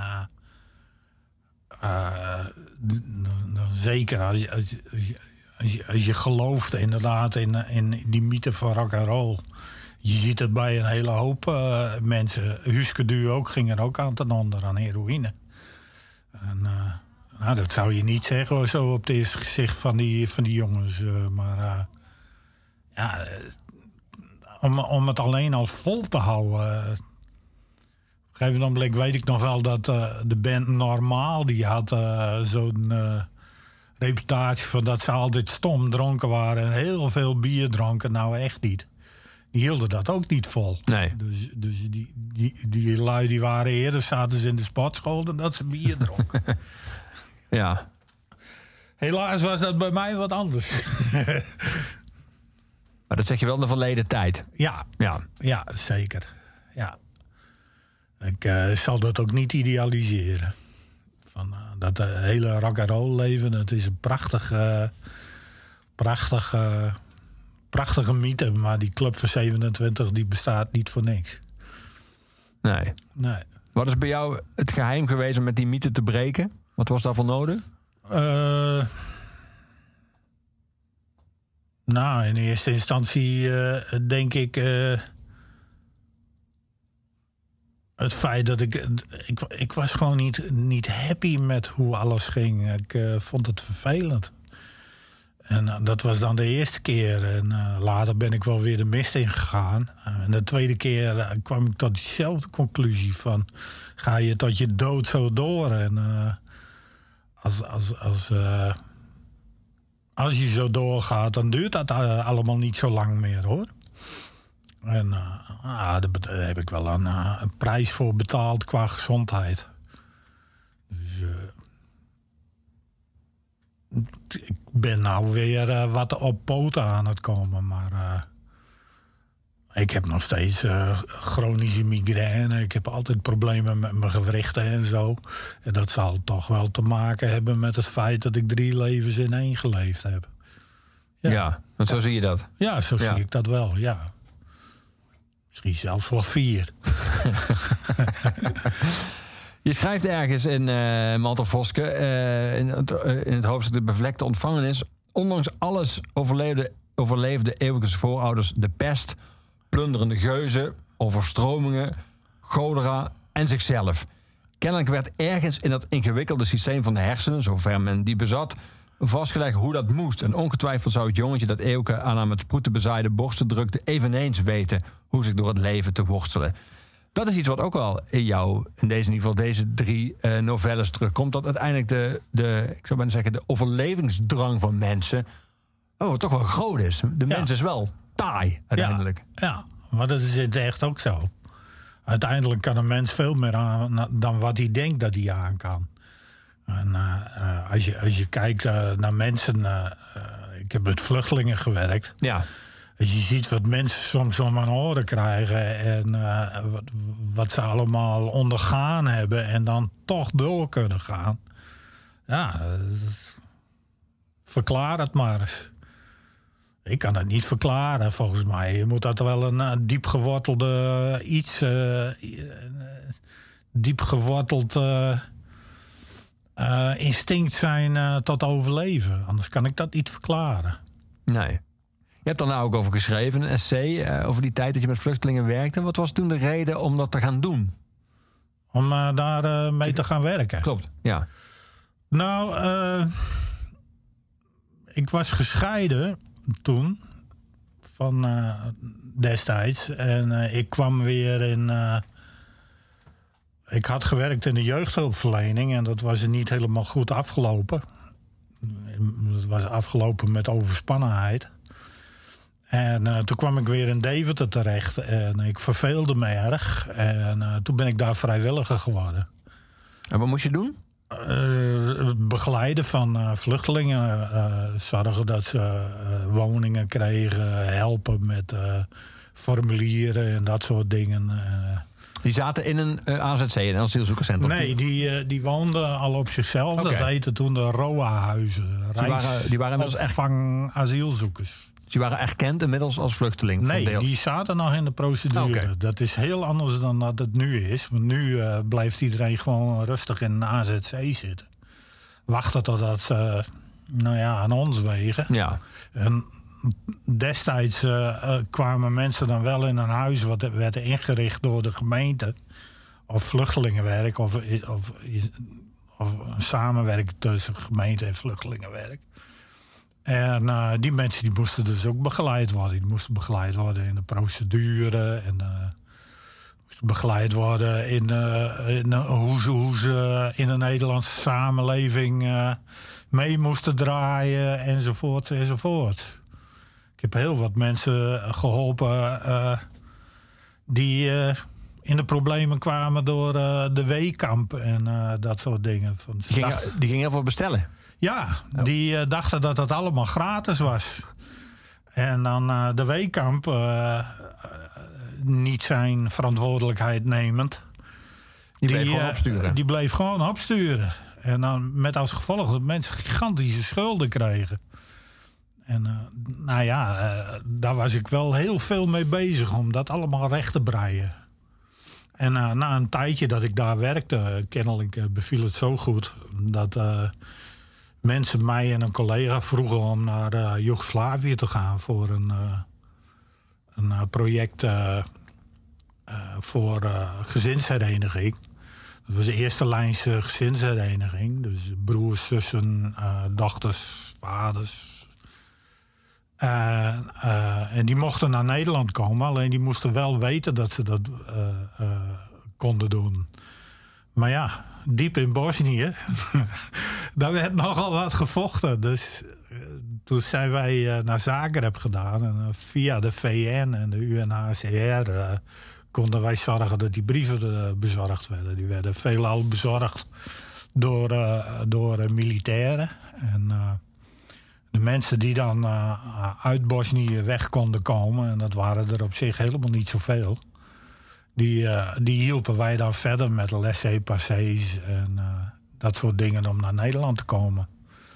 zeker als je gelooft inderdaad in die mythe van rock and roll. Je ziet het bij een hele hoop mensen. Huske Duur ook, ging er ook aan ten onder aan heroïne. En dat zou je niet zeggen zo op het eerste gezicht van die jongens. Maar om het alleen al vol te houden. Op een gegeven moment weet ik nog wel dat de band Normaal, die had zo'n reputatie van dat ze altijd stom dronken waren en heel veel bier dronken. Nou, echt niet. Die hielden dat ook niet vol. Nee. Dus die lui die waren eerder, zaten ze in de sportschool dan dat ze bier dronken. Ja. Helaas was dat bij mij wat anders. Maar dat zeg je wel in de verleden tijd. Ja, zeker. Ja. Ik zal dat ook niet idealiseren. Dat hele rock'n'roll leven, het is een prachtige mythe. Maar die Club van 27 die bestaat niet voor niks. Nee. Wat is bij jou het geheim geweest om met die mythe te breken? Wat was daarvoor nodig? Nou, in eerste instantie denk ik het feit dat ik was gewoon niet happy met hoe alles ging. Ik vond het vervelend. En dat was dan de eerste keer. En later ben ik wel weer de mist ingegaan. En de tweede keer kwam ik tot diezelfde conclusie van, ga je tot je dood zo door? En als je zo doorgaat, dan duurt dat allemaal niet zo lang meer, hoor. En daar heb ik wel een prijs voor betaald qua gezondheid. Dus ik ben nou weer wat op poten aan het komen. Maar ik heb nog steeds chronische migraine. Ik heb altijd problemen met mijn gewrichten en zo. En dat zal toch wel te maken hebben met het feit dat ik 3 levens in 1 geleefd heb. Ja, want zo zie je dat. Ja, zo zie ik dat wel, ja. Misschien zelfs wel 4. Je schrijft ergens in Malte Voske, in het hoofdstuk De Bevlekte Ontvangenis, ondanks alles overleefde Eeuwkes voorouders de pest, plunderende geuzen, overstromingen, cholera en zichzelf. Kennelijk werd ergens in dat ingewikkelde systeem van de hersenen, zover men die bezat, vastgelegd hoe dat moest. En ongetwijfeld zou het jongetje dat Eeuwke aan haar met sproeten bezaaide borsten drukte eveneens weten hoe zich door het leven te worstelen. Dat is iets wat ook wel in deze 3 novelles terugkomt. Dat uiteindelijk ik zou bijna zeggen, de overlevingsdrang van mensen toch wel groot is. De mens is wel taai uiteindelijk. Ja, maar dat is het echt ook zo. Uiteindelijk kan een mens veel meer aan dan wat hij denkt dat hij aan kan. En als je kijkt naar mensen, ik heb met vluchtelingen gewerkt. Ja. Als je ziet wat mensen soms om hun oren krijgen en wat ze allemaal ondergaan hebben en dan toch door kunnen gaan. Ja, verklaar het maar eens. Ik kan het niet verklaren, volgens mij. Je moet dat wel een diep geworteld instinct zijn tot overleven. Anders kan ik dat niet verklaren. Nee. Je hebt er nou ook over geschreven, een essay... over die tijd dat je met vluchtelingen werkte. Wat was toen de reden om dat te gaan doen? Om daar mee te gaan werken. Klopt, ja. Nou, ik was gescheiden toen... van destijds. En ik kwam weer in... ik had gewerkt in de jeugdhulpverlening... en dat was niet helemaal goed afgelopen. Het was afgelopen met overspannenheid. En toen kwam ik weer in Deventer terecht. En ik verveelde me erg. En toen ben ik daar vrijwilliger geworden. En wat moest je doen? Het begeleiden van vluchtelingen. Zorgen dat ze woningen kregen. Helpen met formulieren en dat soort dingen. Die zaten in een AZC, een asielzoekerscentrum? Nee, die woonden al op zichzelf. Okay. Dat heette toen de ROA-huizen. Die waren inmiddels opvang asielzoekers. Die waren erkend inmiddels als vluchteling? Nee, die zaten nog in de procedure. Okay. Dat is heel anders dan dat het nu is. Want nu blijft iedereen gewoon rustig in een AZC zitten. Wachten totdat ze aan ons wegen. Ja. En destijds kwamen mensen dan wel in een huis... wat werd ingericht door de gemeente. Of vluchtelingenwerk. Of een samenwerking tussen gemeente en vluchtelingenwerk. En die mensen die moesten dus ook begeleid worden. Die moesten begeleid worden in de procedure. En moesten begeleid worden in hoe ze in de Nederlandse samenleving mee moesten draaien. Enzovoort, enzovoort. Ik heb heel wat mensen geholpen die in de problemen kwamen door de weekamp en dat soort dingen. Die gingen heel veel bestellen? Ja, die dachten dat het allemaal gratis was. En dan de weekamp niet zijn verantwoordelijkheid nemend. Die bleef gewoon opsturen? Die bleef gewoon opsturen. En dan met als gevolg dat mensen gigantische schulden kregen. En daar was ik wel heel veel mee bezig om dat allemaal recht te breien. En na een tijdje dat ik daar werkte, kennelijk beviel het zo goed... dat mensen mij en een collega vroegen om naar Joegoslavië te gaan... voor een project voor gezinshereniging. Dat was de eerste lijnse gezinshereniging. Dus broers, zussen, dochters, vaders... en die mochten naar Nederland komen. Alleen die moesten wel weten dat ze dat konden doen. Maar ja, diep in Bosnië... daar werd nogal wat gevochten. Dus toen zijn wij naar Zagreb gedaan. En via de VN en de UNHCR... konden wij zorgen dat die brieven bezorgd werden. Die werden veelal bezorgd door militairen. En... de mensen die dan uit Bosnië weg konden komen... en dat waren er op zich helemaal niet zoveel... die hielpen wij dan verder met laissez-passés... en dat soort dingen om naar Nederland te komen.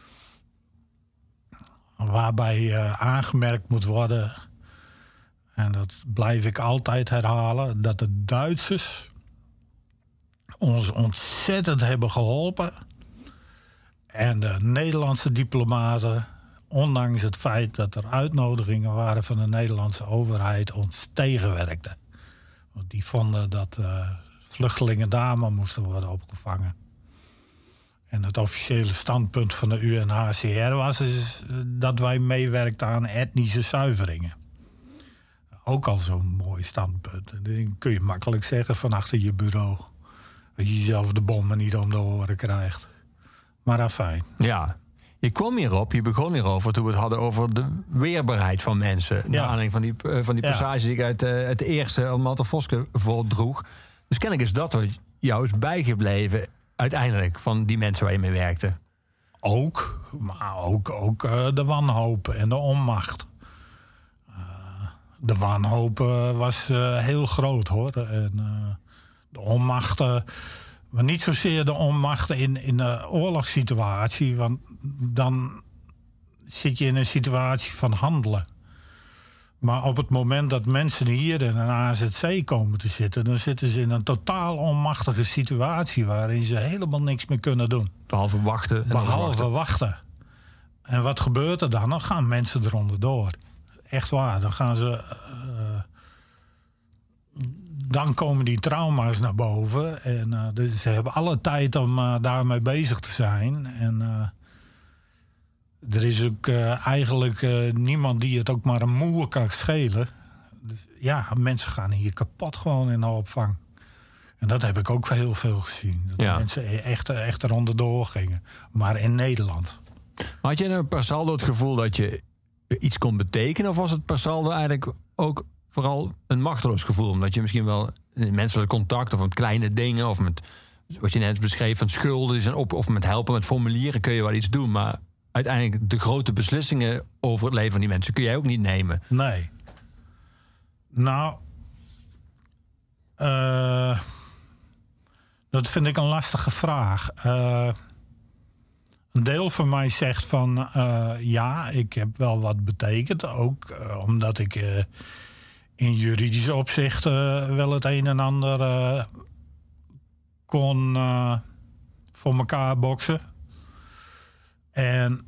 Waarbij aangemerkt moet worden... en dat blijf ik altijd herhalen... dat de Duitsers ons ontzettend hebben geholpen... en de Nederlandse diplomaten... ondanks het feit dat er uitnodigingen waren van de Nederlandse overheid... ons tegenwerkten. Want die vonden dat vluchtelingen daar maar moesten worden opgevangen. En het officiële standpunt van de UNHCR was dat wij meewerkten aan etnische zuiveringen. Ook al zo'n mooi standpunt. En dat kun je makkelijk zeggen van achter je bureau. Als je zelf de bommen niet om de oren krijgt. Maar afijn. Ja. Je kwam hierop, je begon hierover toen we het hadden over de weerbaarheid van mensen. Naar aanleiding van die passage die ik uit het eerste Malte Voske voordroeg. Dus kennelijk is dat wat jou is bijgebleven uiteindelijk van die mensen waar je mee werkte. Ook, maar ook de wanhoop en de onmacht. De wanhoop was heel groot hoor. En de onmacht... maar niet zozeer de onmacht in de oorlogssituatie... want dan zit je in een situatie van handelen. Maar op het moment dat mensen hier in een AZC komen te zitten, dan zitten ze in een totaal onmachtige situatie waarin ze helemaal niks meer kunnen doen. Behalve wachten. Behalve wachten. En wat gebeurt er dan? Dan gaan mensen eronder door. Echt waar. Dan gaan ze. Dan komen die trauma's naar boven. En dus ze hebben alle tijd om daarmee bezig te zijn. En er is ook eigenlijk niemand die het ook maar een moer kan schelen. Dus, ja, mensen gaan hier kapot gewoon in de opvang. En dat heb ik ook heel veel gezien. Dat mensen echt eronder doorgingen. Maar in Nederland. Had je nou per saldo het gevoel dat je iets kon betekenen? Of was het per saldo eigenlijk ook vooral een machteloos gevoel? Omdat je misschien wel in menselijk contact of met kleine dingen of met wat je net beschreef van schulden of met helpen met formulieren kun je wel iets doen. Maar uiteindelijk de grote beslissingen over het leven van die mensen kun jij ook niet nemen. Nee. Nou, dat vind ik een lastige vraag. Een deel van mij zegt van ja, ik heb wel wat betekend. Ook omdat ik in juridisch opzicht wel het een en ander kon voor elkaar boksen. En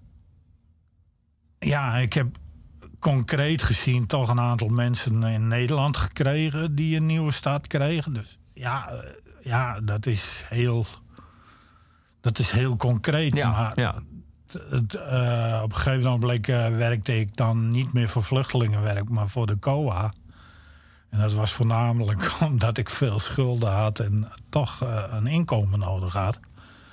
ja, ik heb concreet gezien toch een aantal mensen in Nederland gekregen die een nieuwe start kregen. Dus ja, dat is heel concreet. Ja, maar ja. Op een gegeven moment werkte ik dan niet meer voor vluchtelingenwerk, maar voor de COA. En dat was voornamelijk omdat ik veel schulden had en toch een inkomen nodig had.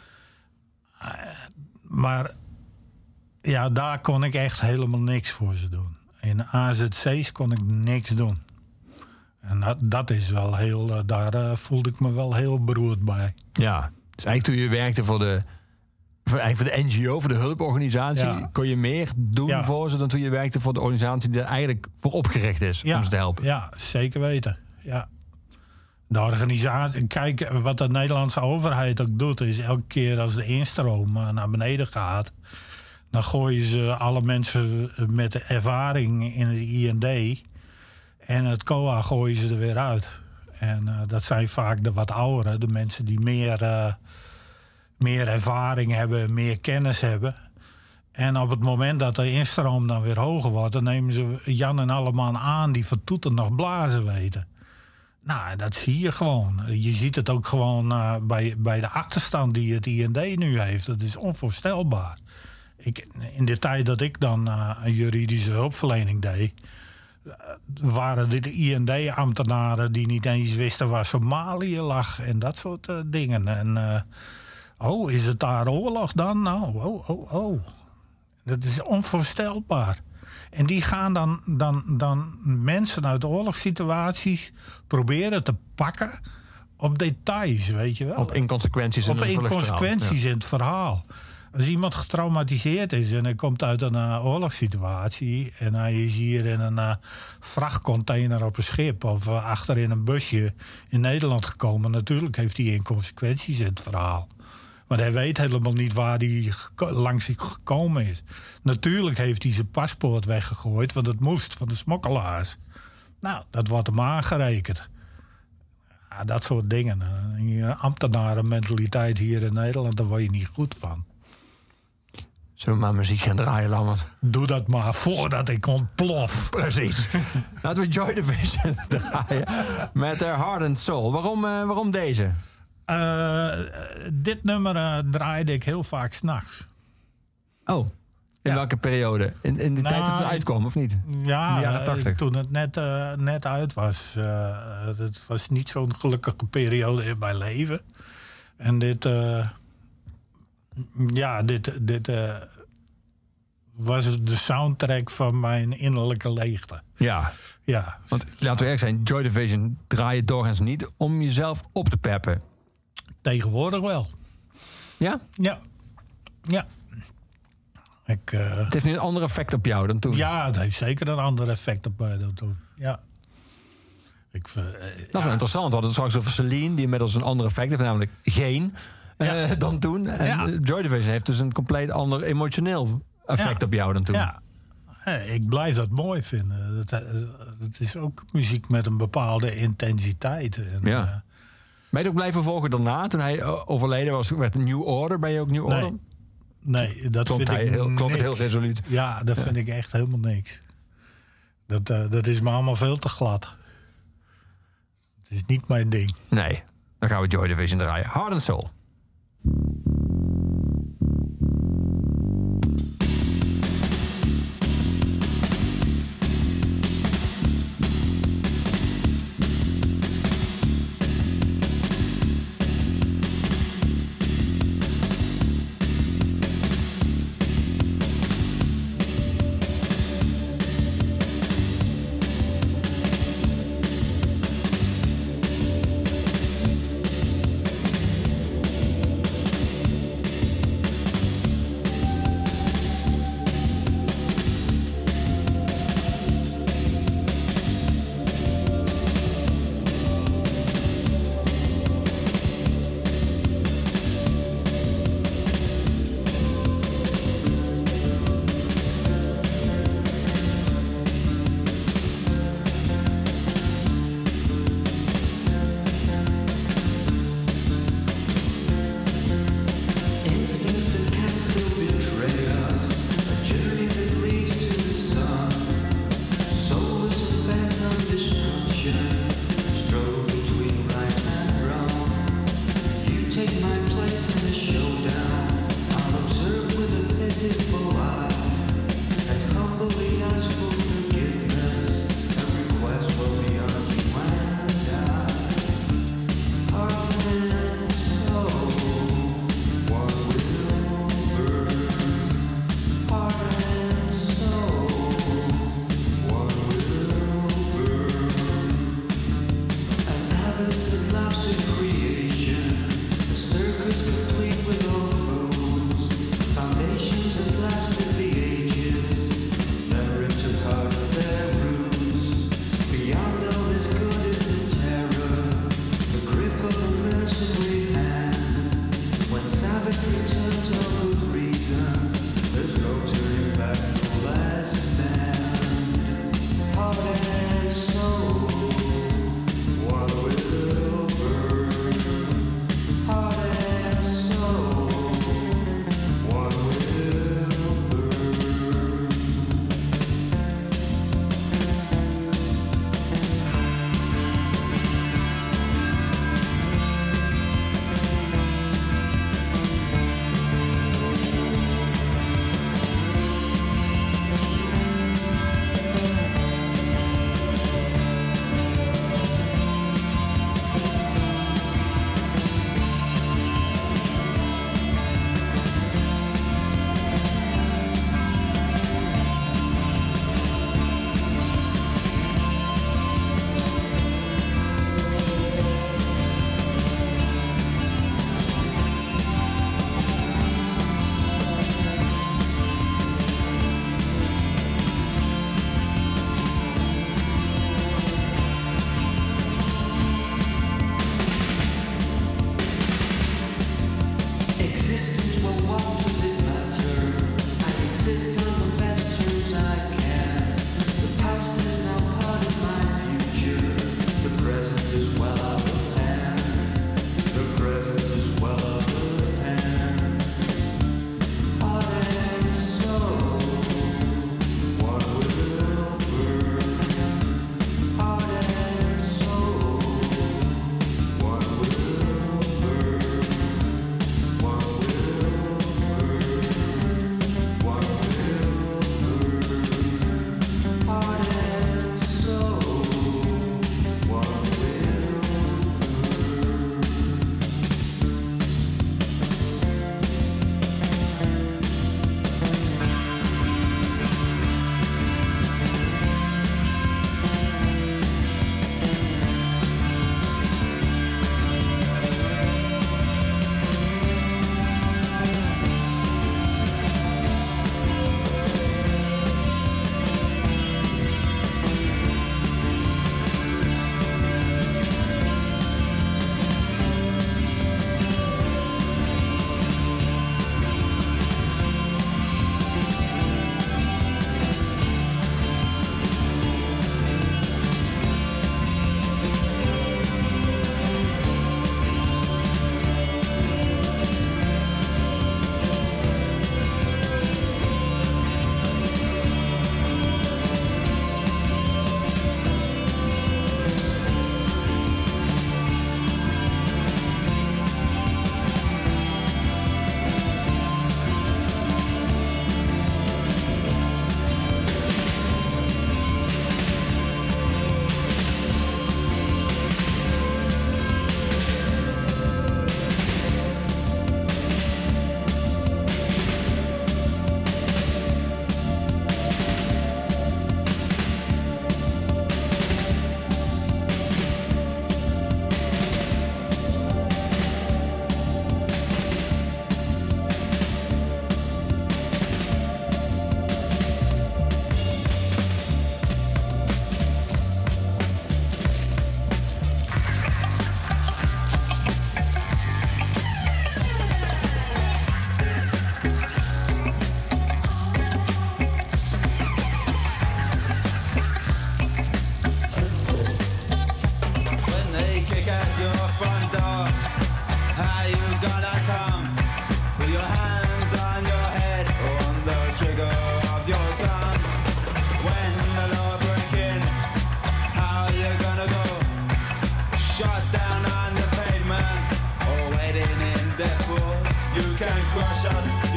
Maar ja, daar kon ik echt helemaal niks voor ze doen. In AZC's kon ik niks doen. En dat is wel heel, daar voelde ik me wel heel beroerd bij. Ja, dus eigenlijk toen je werkte voor de NGO, voor de hulporganisatie, kon je meer doen voor ze dan toen je werkte voor de organisatie die er eigenlijk voor opgericht is om ze te helpen. Ja, zeker weten. Ja. De organisatie, kijk, wat de Nederlandse overheid ook doet, is elke keer als de instroom naar beneden gaat, dan gooien ze alle mensen met meer in het IND en het COA gooien ze er weer uit. En dat zijn vaak de wat ouderen, de mensen die meer ervaring hebben, meer kennis hebben. En op het moment dat de instroom dan weer hoger wordt, dan nemen ze Jan en alleman aan die van toeten nog blazen weten. Nou, dat zie je gewoon. Je ziet het ook gewoon bij de achterstand die het IND nu heeft. Dat is onvoorstelbaar. In de tijd dat ik dan een juridische hulpverlening deed, waren de IND-ambtenaren die niet eens wisten waar Somalië lag en dat soort dingen. En is het daar oorlog dan? Nou, oh. Dat is onvoorstelbaar. En die gaan dan mensen uit proberen oorlogssituaties proberen te pakken op details, weet je wel. Op inconsequenties in het verhaal. Als iemand getraumatiseerd is en hij komt uit een oorlogssituatie en hij is hier in een vrachtcontainer op een schip of achter in een busje in Nederland gekomen, natuurlijk heeft hij inconsequenties in het verhaal. Maar hij weet helemaal niet waar hij langs gekomen is. Natuurlijk heeft hij zijn paspoort weggegooid, want het moest van de smokkelaars. Nou, dat wordt hem aangerekend. Ja, dat soort dingen. Ambtenarenmentaliteit hier in Nederland, daar word je niet goed van. Zullen we maar muziek gaan draaien, Lammert? Doe dat maar voordat ik ontplof. Precies. Laten we Joy Division draaien met Heart and Soul. Waarom deze? Dit nummer draaide ik heel vaak 's nachts. Oh, in welke periode? In de tijd dat het uitkwam, of niet? Ja, in de jaren 80. Toen het net uit was. Het was niet zo'n gelukkige periode in mijn leven. En dit was de soundtrack van mijn innerlijke leegte. Ja. Want laten we eerlijk zijn, Joy Division draai je doorgaans niet om jezelf op te peppen. Tegenwoordig wel. Ja? Ja. Het heeft nu een ander effect op jou dan toen. Ja, het heeft zeker een ander effect op mij dan toen. Ja. Dat is wel interessant. We hadden het straks over Celine, die inmiddels een ander effect heeft, namelijk geen dan toen. En Joy Division heeft dus een compleet ander emotioneel effect op jou dan toen. Ik blijf dat mooi vinden. Het is ook muziek met een bepaalde intensiteit. En, Ja. Ben je ook blijven volgen daarna? Toen hij overleden was, werd een New Order. Ben je ook New Order? Nee, dat Klonk vind ik klonk het heel niks. resoluut. Ja, dat vind ik echt helemaal niks. Dat is me allemaal veel te glad. Het is niet mijn ding. Nee, dan gaan we Joy Division draaien. Heart and Soul. Creation, a circle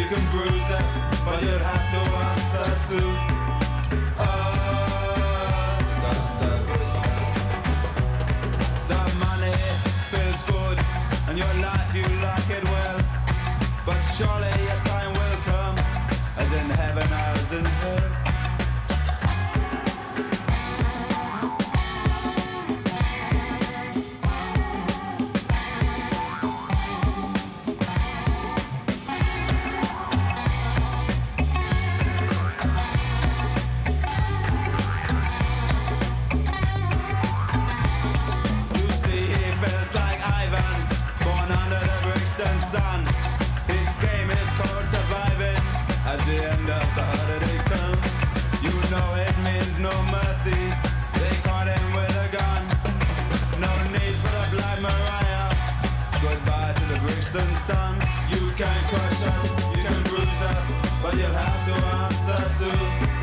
can bruise us, but you'll have to answer to. The money feels good, and your life you like it well, but surely your time will come, as in heaven as in hell. Sun. His game is called surviving. At the end of the holiday comes, you know it means no mercy. They caught him with a gun. No need for the Black Mariah. Goodbye to the Brixton Sun. You can crush us, you can bruise us, but you'll have to answer to.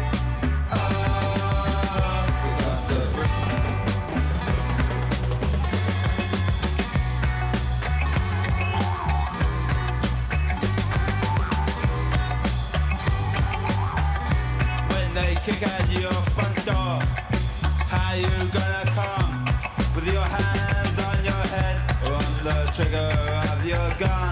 Kick at your front door. How you gonna come? With your hands on your head or on the trigger of your gun?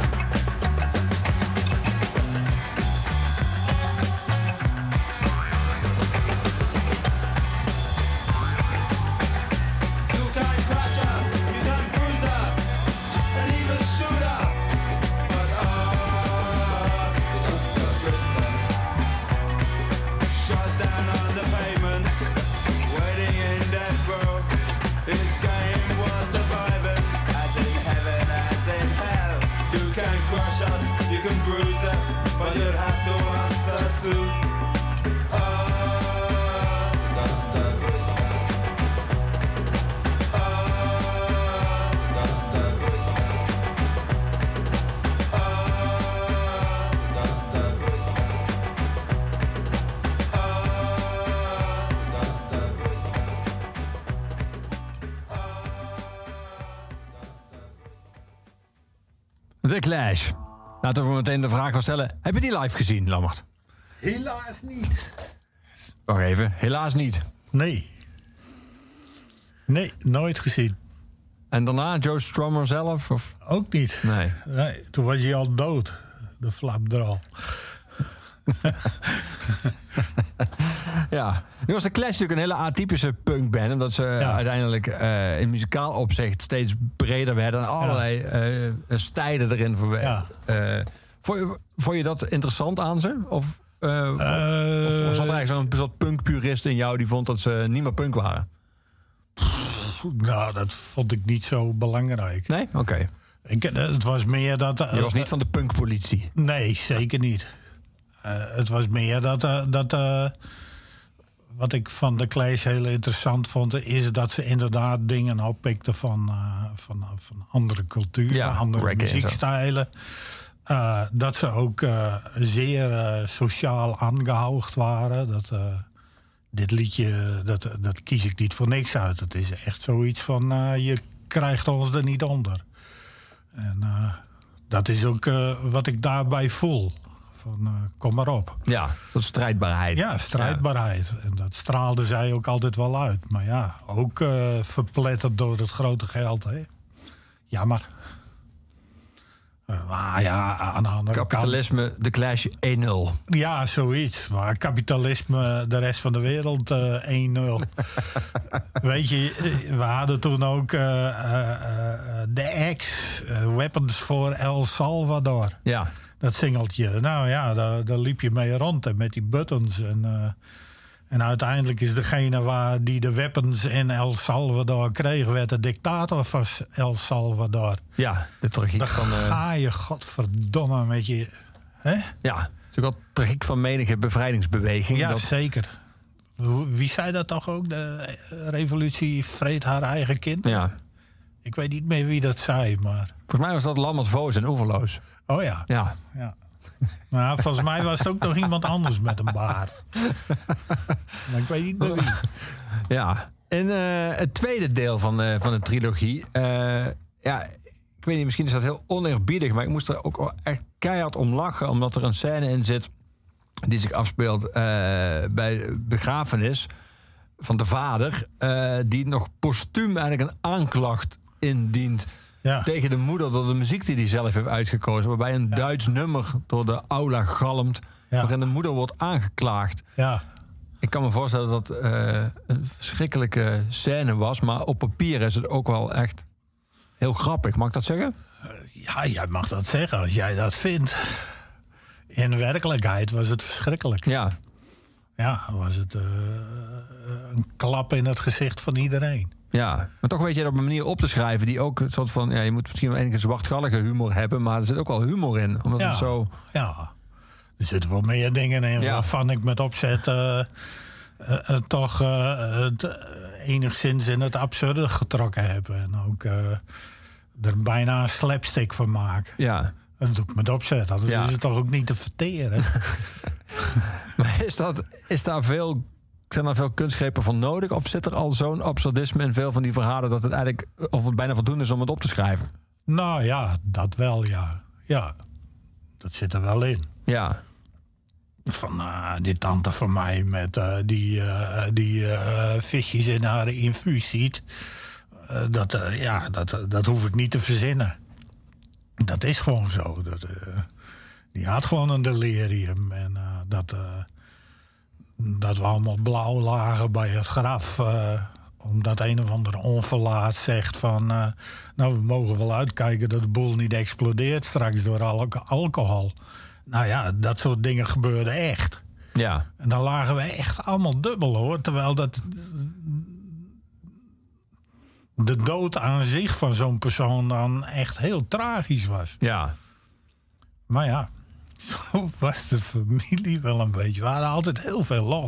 You can crush us, you can bruise us, and even shoot us. But shut down on the pavement, waiting in death row. His game was surviving, as in heaven, as in hell. You can crush us, you can bruise us, but you'll have to answer to. The Clash. Laten we meteen de vraag gaan stellen. Heb je die live gezien, Lammert? Helaas niet. Wacht even. Helaas niet. Nee. Nee, nooit gezien. En daarna Joe Strummer zelf? Of? Ook niet. Nee. Nee, toen was hij al dood. De flapdral. Ja. Nu was de Clash natuurlijk een hele atypische punkband. Omdat ze uiteindelijk in muzikaal opzicht steeds breder werden. En allerlei stijlen erin verwerken. Ja. Vond je dat interessant aan ze? Of zat er eigenlijk zo'n soort punkpurist in jou die vond dat ze niet meer punk waren? Nou, dat vond ik niet zo belangrijk. Nee? Oké. Het was meer dat... Je was niet van de punkpolitie? Nee, zeker niet. Het was meer dat wat ik van de Clash heel interessant vond, is dat ze inderdaad dingen oppikten van andere culturen, andere muziekstijlen. Dat ze ook zeer sociaal aangehoogd waren. Dit liedje, dat kies ik niet voor niks uit. Het is echt zoiets van, je krijgt ons er niet onder. En dat is ook wat ik daarbij voel. Van, kom maar op. Ja, dat strijdbaarheid. Ja, strijdbaarheid. Ja. En dat straalde zij ook altijd wel uit. Maar ja, ook verpletterd door het grote geld. Hè. Jammer. Maar ja, aan de andere kapitalisme, kant, de Clash 1-0. Ja, zoiets. Maar kapitalisme, de rest van de wereld 1-0. Weet je, we hadden toen ook de X, Weapons for El Salvador. Ja. Dat singeltje. Nou ja, daar liep je mee rond en met die buttons. En uiteindelijk is degene die de weapons in El Salvador kreeg, werd de dictator van El Salvador. Ja, de tragiek dan van... ga je godverdomme met je... Hè? Ja, natuurlijk wel tragiek van menige bevrijdingsbeweging. Ja, zeker. Wie zei dat toch ook? De revolutie vreet haar eigen kind? Ja. Ik weet niet meer wie dat zei, maar... Volgens mij was dat Lammert Voos en Oeverloos. Oh ja. Ja. Nou, volgens mij was het ook nog iemand anders met een baard. Maar ik weet niet meer wie. Ja. En het tweede deel van de trilogie. Ik ik weet niet, misschien is dat heel oneerbiedig, maar ik moest er ook wel echt keihard om lachen, omdat er een scène in zit die zich afspeelt bij de begrafenis van de vader, die nog postuum eigenlijk een aanklacht indient tegen de moeder door de muziek die hij zelf heeft uitgekozen, waarbij een Duits nummer door de aula galmt, waarin de moeder wordt aangeklaagd. Ja. Ik kan me voorstellen dat het een verschrikkelijke scène was, maar op papier is het ook wel echt heel grappig. Mag ik dat zeggen? Ja, jij mag dat zeggen als jij dat vindt. In werkelijkheid was het verschrikkelijk. Ja. Ja, was het een klap in het gezicht van iedereen. Ja, maar toch weet je dat op een manier op te schrijven die ook een soort van, je moet misschien wel enige zwartgallige humor hebben, maar er zit ook wel humor in, omdat het zo. Ja, er zitten wel meer dingen in waarvan ik met opzet toch enigszins in het absurde getrokken heb en ook er bijna een slapstick van maak. Ja. Dat doe ik met opzet, anders is het toch ook niet te verteren. Maar zijn er veel kunstgrepen van nodig? Of zit er al zo'n absurdisme in veel van die verhalen dat het eigenlijk of het bijna voldoende is om het op te schrijven? Nou ja, dat wel, ja. Ja, dat zit er wel in. Ja. Van die tante van mij met die visjes in haar infuus ziet. Dat hoef ik niet te verzinnen. Dat is gewoon zo. Die had gewoon een delirium. En dat we allemaal blauw lagen bij het graf. Omdat een of andere onverlaat zegt van... we mogen wel uitkijken dat de boel niet explodeert straks door alcohol. Nou ja, dat soort dingen gebeurden echt. Ja. En dan lagen we echt allemaal dubbel, hoor. Terwijl de dood aan zich van zo'n persoon dan echt heel tragisch was. Ja. Maar ja, zo was de familie wel een beetje. We hadden altijd heel veel lol.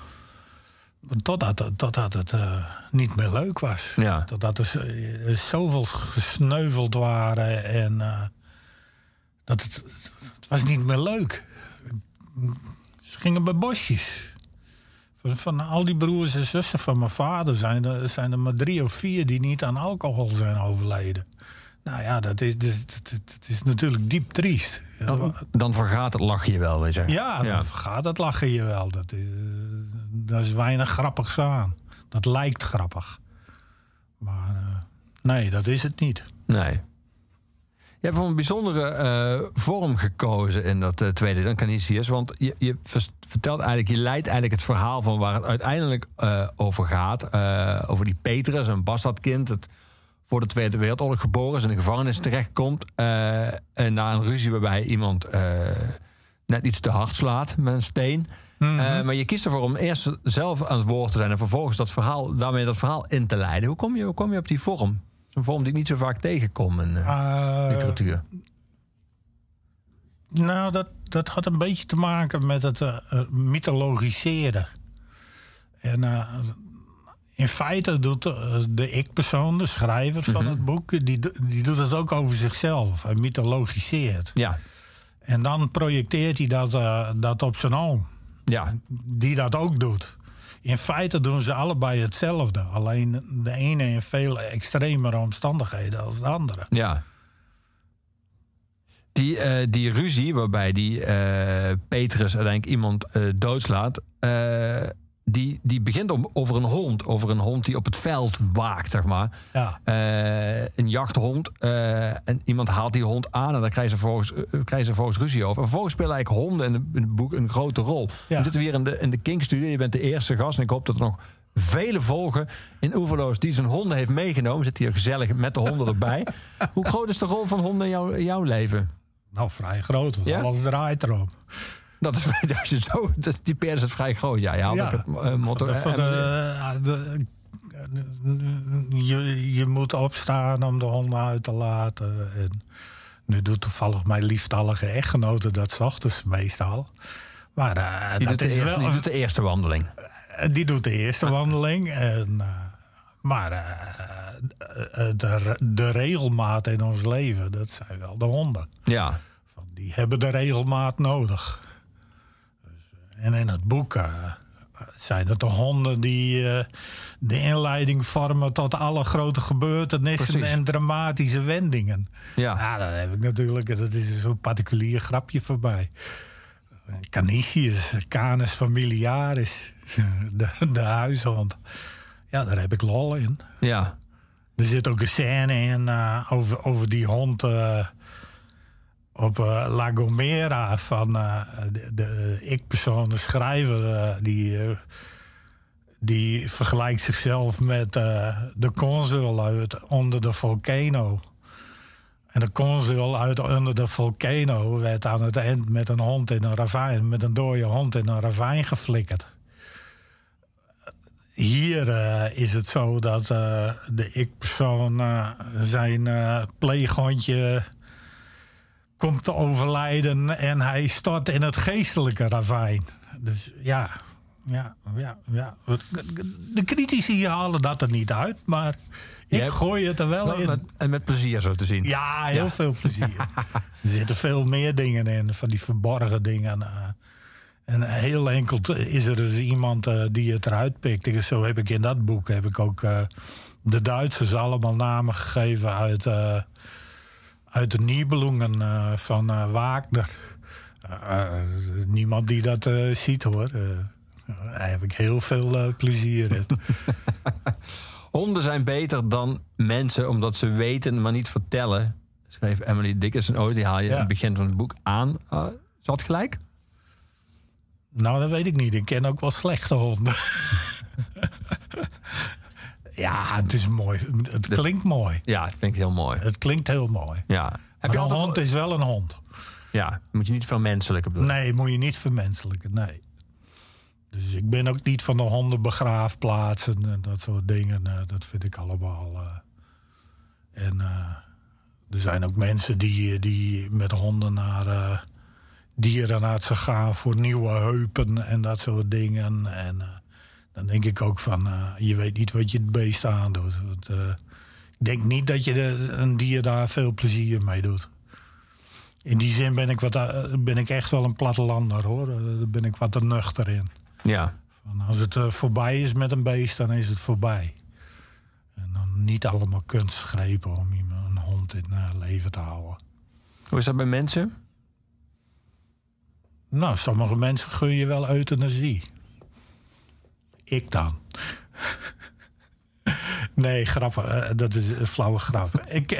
Totdat het niet meer leuk was. Ja. Totdat er zoveel gesneuveld waren. En het was niet meer leuk. Ze gingen bij bosjes. Van al die broers en zussen van mijn vader zijn er maar 3 of 4 die niet aan alcohol zijn overleden. Nou ja, dat is natuurlijk diep triest. Dan vergaat het lachen je wel, weet je. Ja, dan vergaat het lachen je wel. Daar is weinig grappigs aan. Dat lijkt grappig. Maar nee, dat is het niet. Nee. Je hebt voor een bijzondere vorm gekozen in dat tweede dan Canisius. Want je vertelt eigenlijk, je leidt eigenlijk het verhaal van waar het uiteindelijk over gaat. Over die Petrus, een bastaardkind, het voor de Tweede Wereldoorlog geboren is, in de gevangenis terechtkomt. En na een ruzie waarbij iemand net iets te hard slaat met een steen. Mm-hmm. Maar je kiest ervoor om eerst zelf aan het woord te zijn en vervolgens daarmee dat verhaal in te leiden. Hoe kom je op die vorm? Een vorm die ik niet zo vaak tegenkom in literatuur. Nou, dat had een beetje te maken met het mythologiseren. En in feite doet de ik-persoon, de schrijver van het boek... Die doet het ook over zichzelf. Hij mythologiseert. Ja. En dan projecteert hij dat op zijn oom. Ja. Die dat ook doet. In feite doen ze allebei hetzelfde. Alleen de ene in veel extremere omstandigheden als de andere. Ja. Die ruzie waarbij die Petrus uiteindelijk iemand doodslaat... Die begint over een hond. Over een hond die op het veld waakt, zeg maar. Ja. Een jachthond. En iemand haalt die hond aan en daar krijgen ze vervolgens ruzie over. En vervolgens spelen eigenlijk honden in het boek een grote rol. Ja. We zitten weer in de Kink-studio. Je bent de eerste gast en ik hoop dat er nog vele volgen in Oeverloos die zijn honden heeft meegenomen. Zit hier gezellig met de honden erbij. Hoe groot is de rol van honden in jouw leven? Nou, vrij groot, want alles draait erop. Dat is, als je zo typeert, is het vrij groot. Ja, het motto. Je moet opstaan om de honden uit te laten. En nu doet toevallig mijn lieftallige echtgenote dat 's ochtends meestal. Maar die doet de eerste wandeling. Die doet de eerste wandeling. Maar de regelmaat in ons leven, dat zijn wel de honden. Ja. Die hebben de regelmaat nodig. En in het boek zijn het de honden die de inleiding vormen tot alle grote gebeurtenissen Precies. en dramatische wendingen. Ja. Dat heb ik natuurlijk. Dat is zo'n particulier grapje voorbij. Canisius, Canis familiaris, de huishond. Ja, daar heb ik lol in. Ja. Er zit ook een scène in over die hond op La Gomera van de ik-persoon, de schrijver. Die vergelijkt zichzelf met de consul uit Onder de Volcano. En de consul uit Onder de Volcano werd aan het eind met een hond in een ravijn, met een dode hond in een ravijn geflikkerd. Hier is het zo dat de ik-persoon zijn pleeghondje komt te overlijden en hij stort in het geestelijke ravijn. Dus ja. De critici halen dat er niet uit, maar ik gooi het er wel in. En met plezier zo te zien. Ja, heel veel plezier. Er zitten veel meer dingen in, van die verborgen dingen. En heel enkel is er dus iemand die het eruit pikt. Zo heb ik in dat boek ook de Duitsers allemaal namen gegeven uit de Nibelungen van Wagner. Niemand die dat ziet, hoor. Daar heb ik heel veel plezier in. Honden zijn beter dan mensen omdat ze weten, maar niet vertellen. Schreef Emily Dickinson ooit. Die haal je in het begin van het boek aan. Zat gelijk? Nou, dat weet ik niet. Ik ken ook wel slechte honden. Ja, het is mooi. Het klinkt mooi. Ja, het klinkt heel mooi. Het klinkt heel mooi. Ja. Maar een hond is wel een hond. Ja, moet je niet vermenselijken bedoelen. Nee, moet je niet vermenselijken, nee. Dus ik ben ook niet van de hondenbegraafplaatsen en dat soort dingen. Dat vind ik allemaal. Er zijn ook mensen die met honden naar dierenartsen gaan voor nieuwe heupen en dat soort dingen. En dan denk ik ook van, je weet niet wat je het beest aandoet. Want, ik denk niet dat je een dier daar veel plezier mee doet. In die zin ben ik echt wel een plattelander, hoor. Daar ben ik wat te nuchter in. Ja. Als het voorbij is met een beest, dan is het voorbij. En dan niet allemaal kunstgrepen om een hond in leven te houden. Hoe is dat bij mensen? Nou, sommige mensen gun je wel euthanasie. Ik dan. Nee, grappig. Dat is een flauwe grap.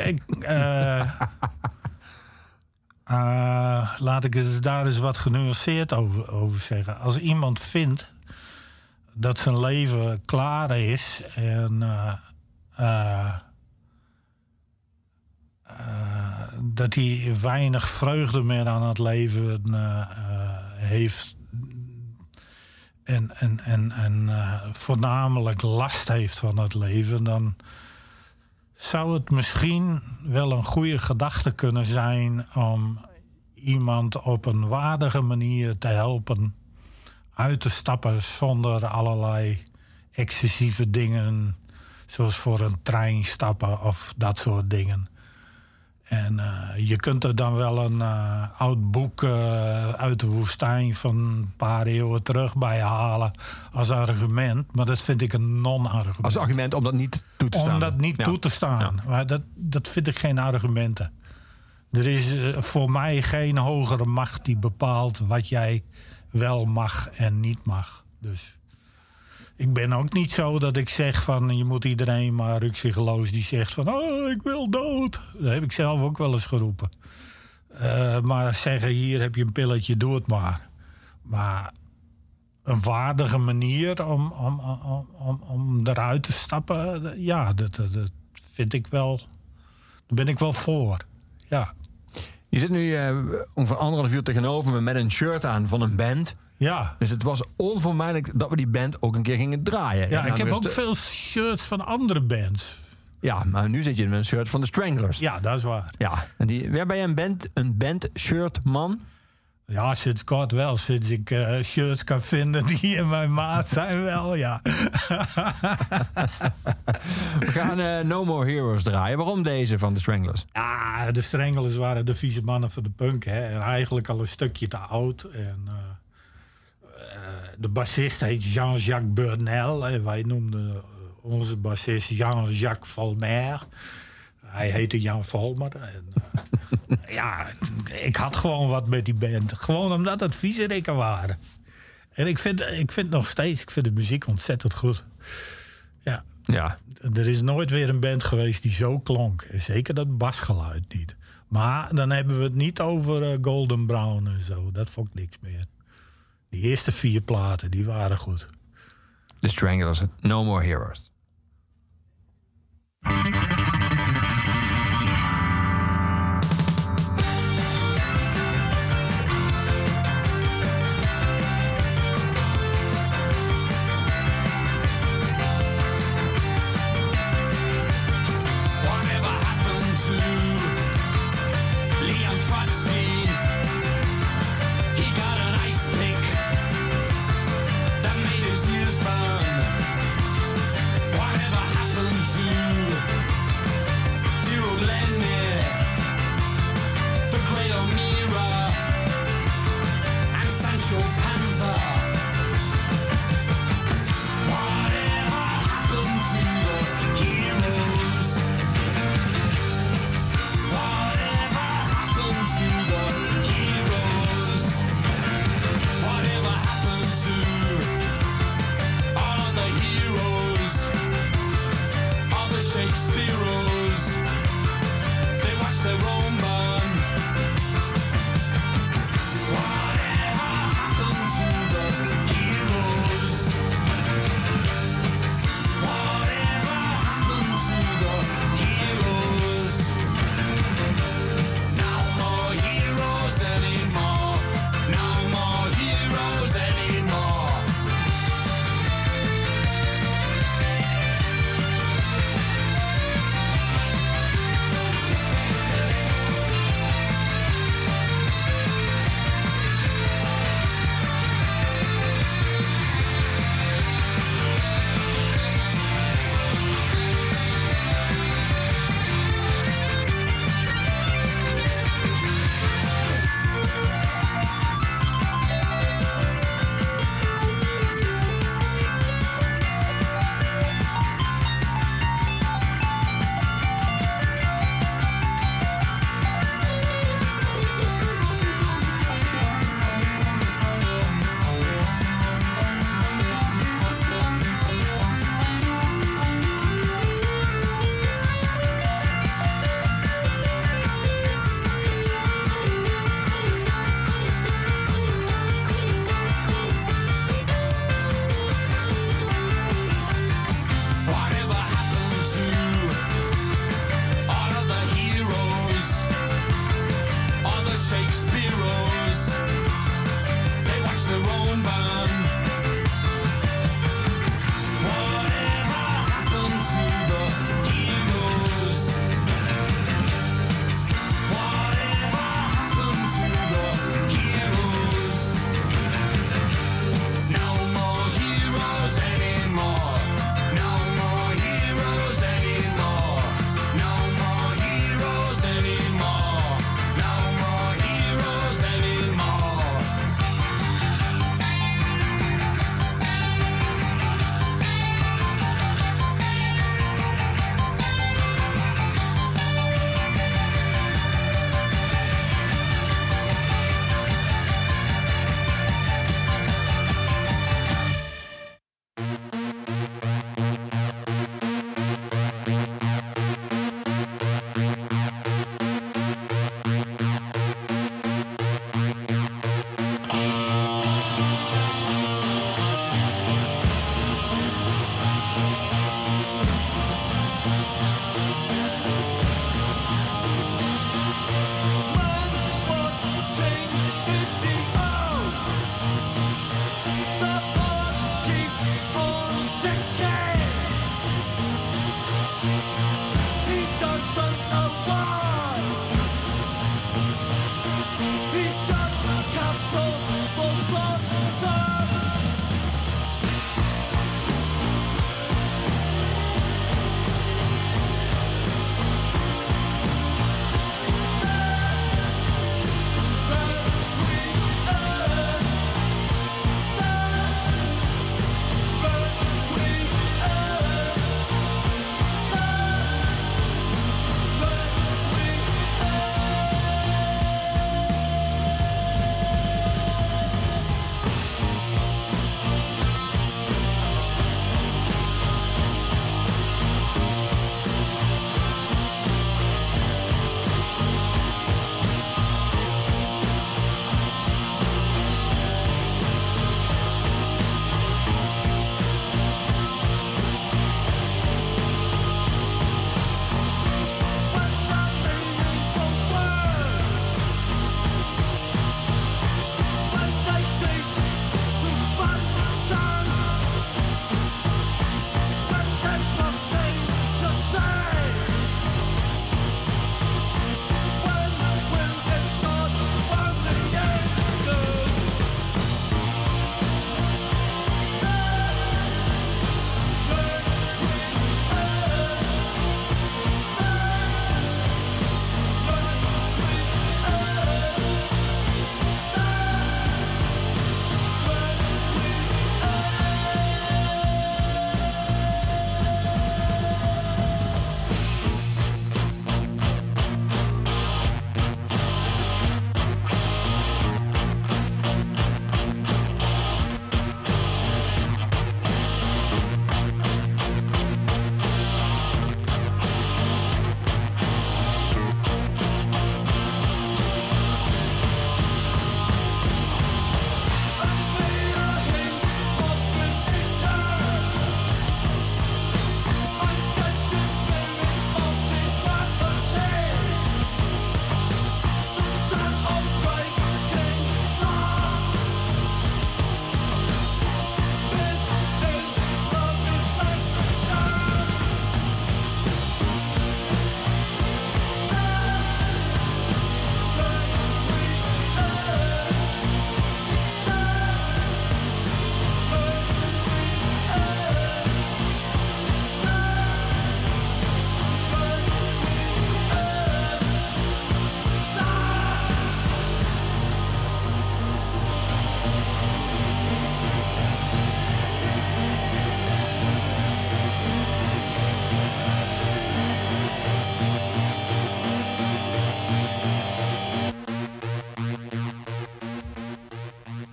Laat ik het daar eens wat genuanceerd over zeggen. Als iemand vindt dat zijn leven klaar is en dat hij weinig vreugde meer aan het leven heeft en voornamelijk last heeft van het leven, dan zou het misschien wel een goede gedachte kunnen zijn om iemand op een waardige manier te helpen uit te stappen zonder allerlei excessieve dingen, zoals voor een trein stappen of dat soort dingen. En je kunt er dan wel een oud boek uit de woestijn van een paar eeuwen terug bij halen als argument. Maar dat vind ik een non-argument. Als argument om dat niet toe te staan. Om dat niet toe te staan. Ja. Maar dat vind ik geen argumenten. Er is voor mij geen hogere macht die bepaalt wat jij wel mag en niet mag. Dus ik ben ook niet zo dat ik zeg van je moet iedereen maar ruksiggeloos die zegt van ik wil dood. Dat heb ik zelf ook wel eens geroepen. Maar zeggen hier heb je een pilletje, doe het maar. Maar een waardige manier om eruit te stappen, ja, dat vind ik wel. Daar ben ik wel voor. Ja. Je zit nu ongeveer 1,5 uur tegenover me met een shirt aan van een band. Ja. Dus het was onvermijdelijk dat we die band ook een keer gingen draaien. Ja, ik heb ook veel shirts van andere bands. Ja, maar nu zit je met een shirt van de Stranglers. Ja, dat is waar. Ja, en ben jij een band-shirt man? Ja, sinds kort wel. Sinds ik shirts kan vinden die in mijn maat zijn wel, ja. We gaan No More Heroes draaien. Waarom deze van de Stranglers? Ja, de Stranglers waren de vieze mannen van de punk. Hè. En eigenlijk al een stukje te oud. de bassist heet Jean-Jacques Burnel. En wij noemden onze bassist Jean-Jacques Volmer. Hij heette Jan Volmer. En, ja, ik had gewoon wat met die band. Gewoon omdat het viezerikken waren. En ik vind nog steeds, ik vind de muziek ontzettend goed. Ja. Ja. Er is nooit weer een band geweest die zo klonk. En zeker dat basgeluid niet. Maar dan hebben we het niet over Golden Brown en zo. Dat vond ik niks meer. Die eerste 4 platen, die waren goed. The Stranglers, No More Heroes. Whatever happened to the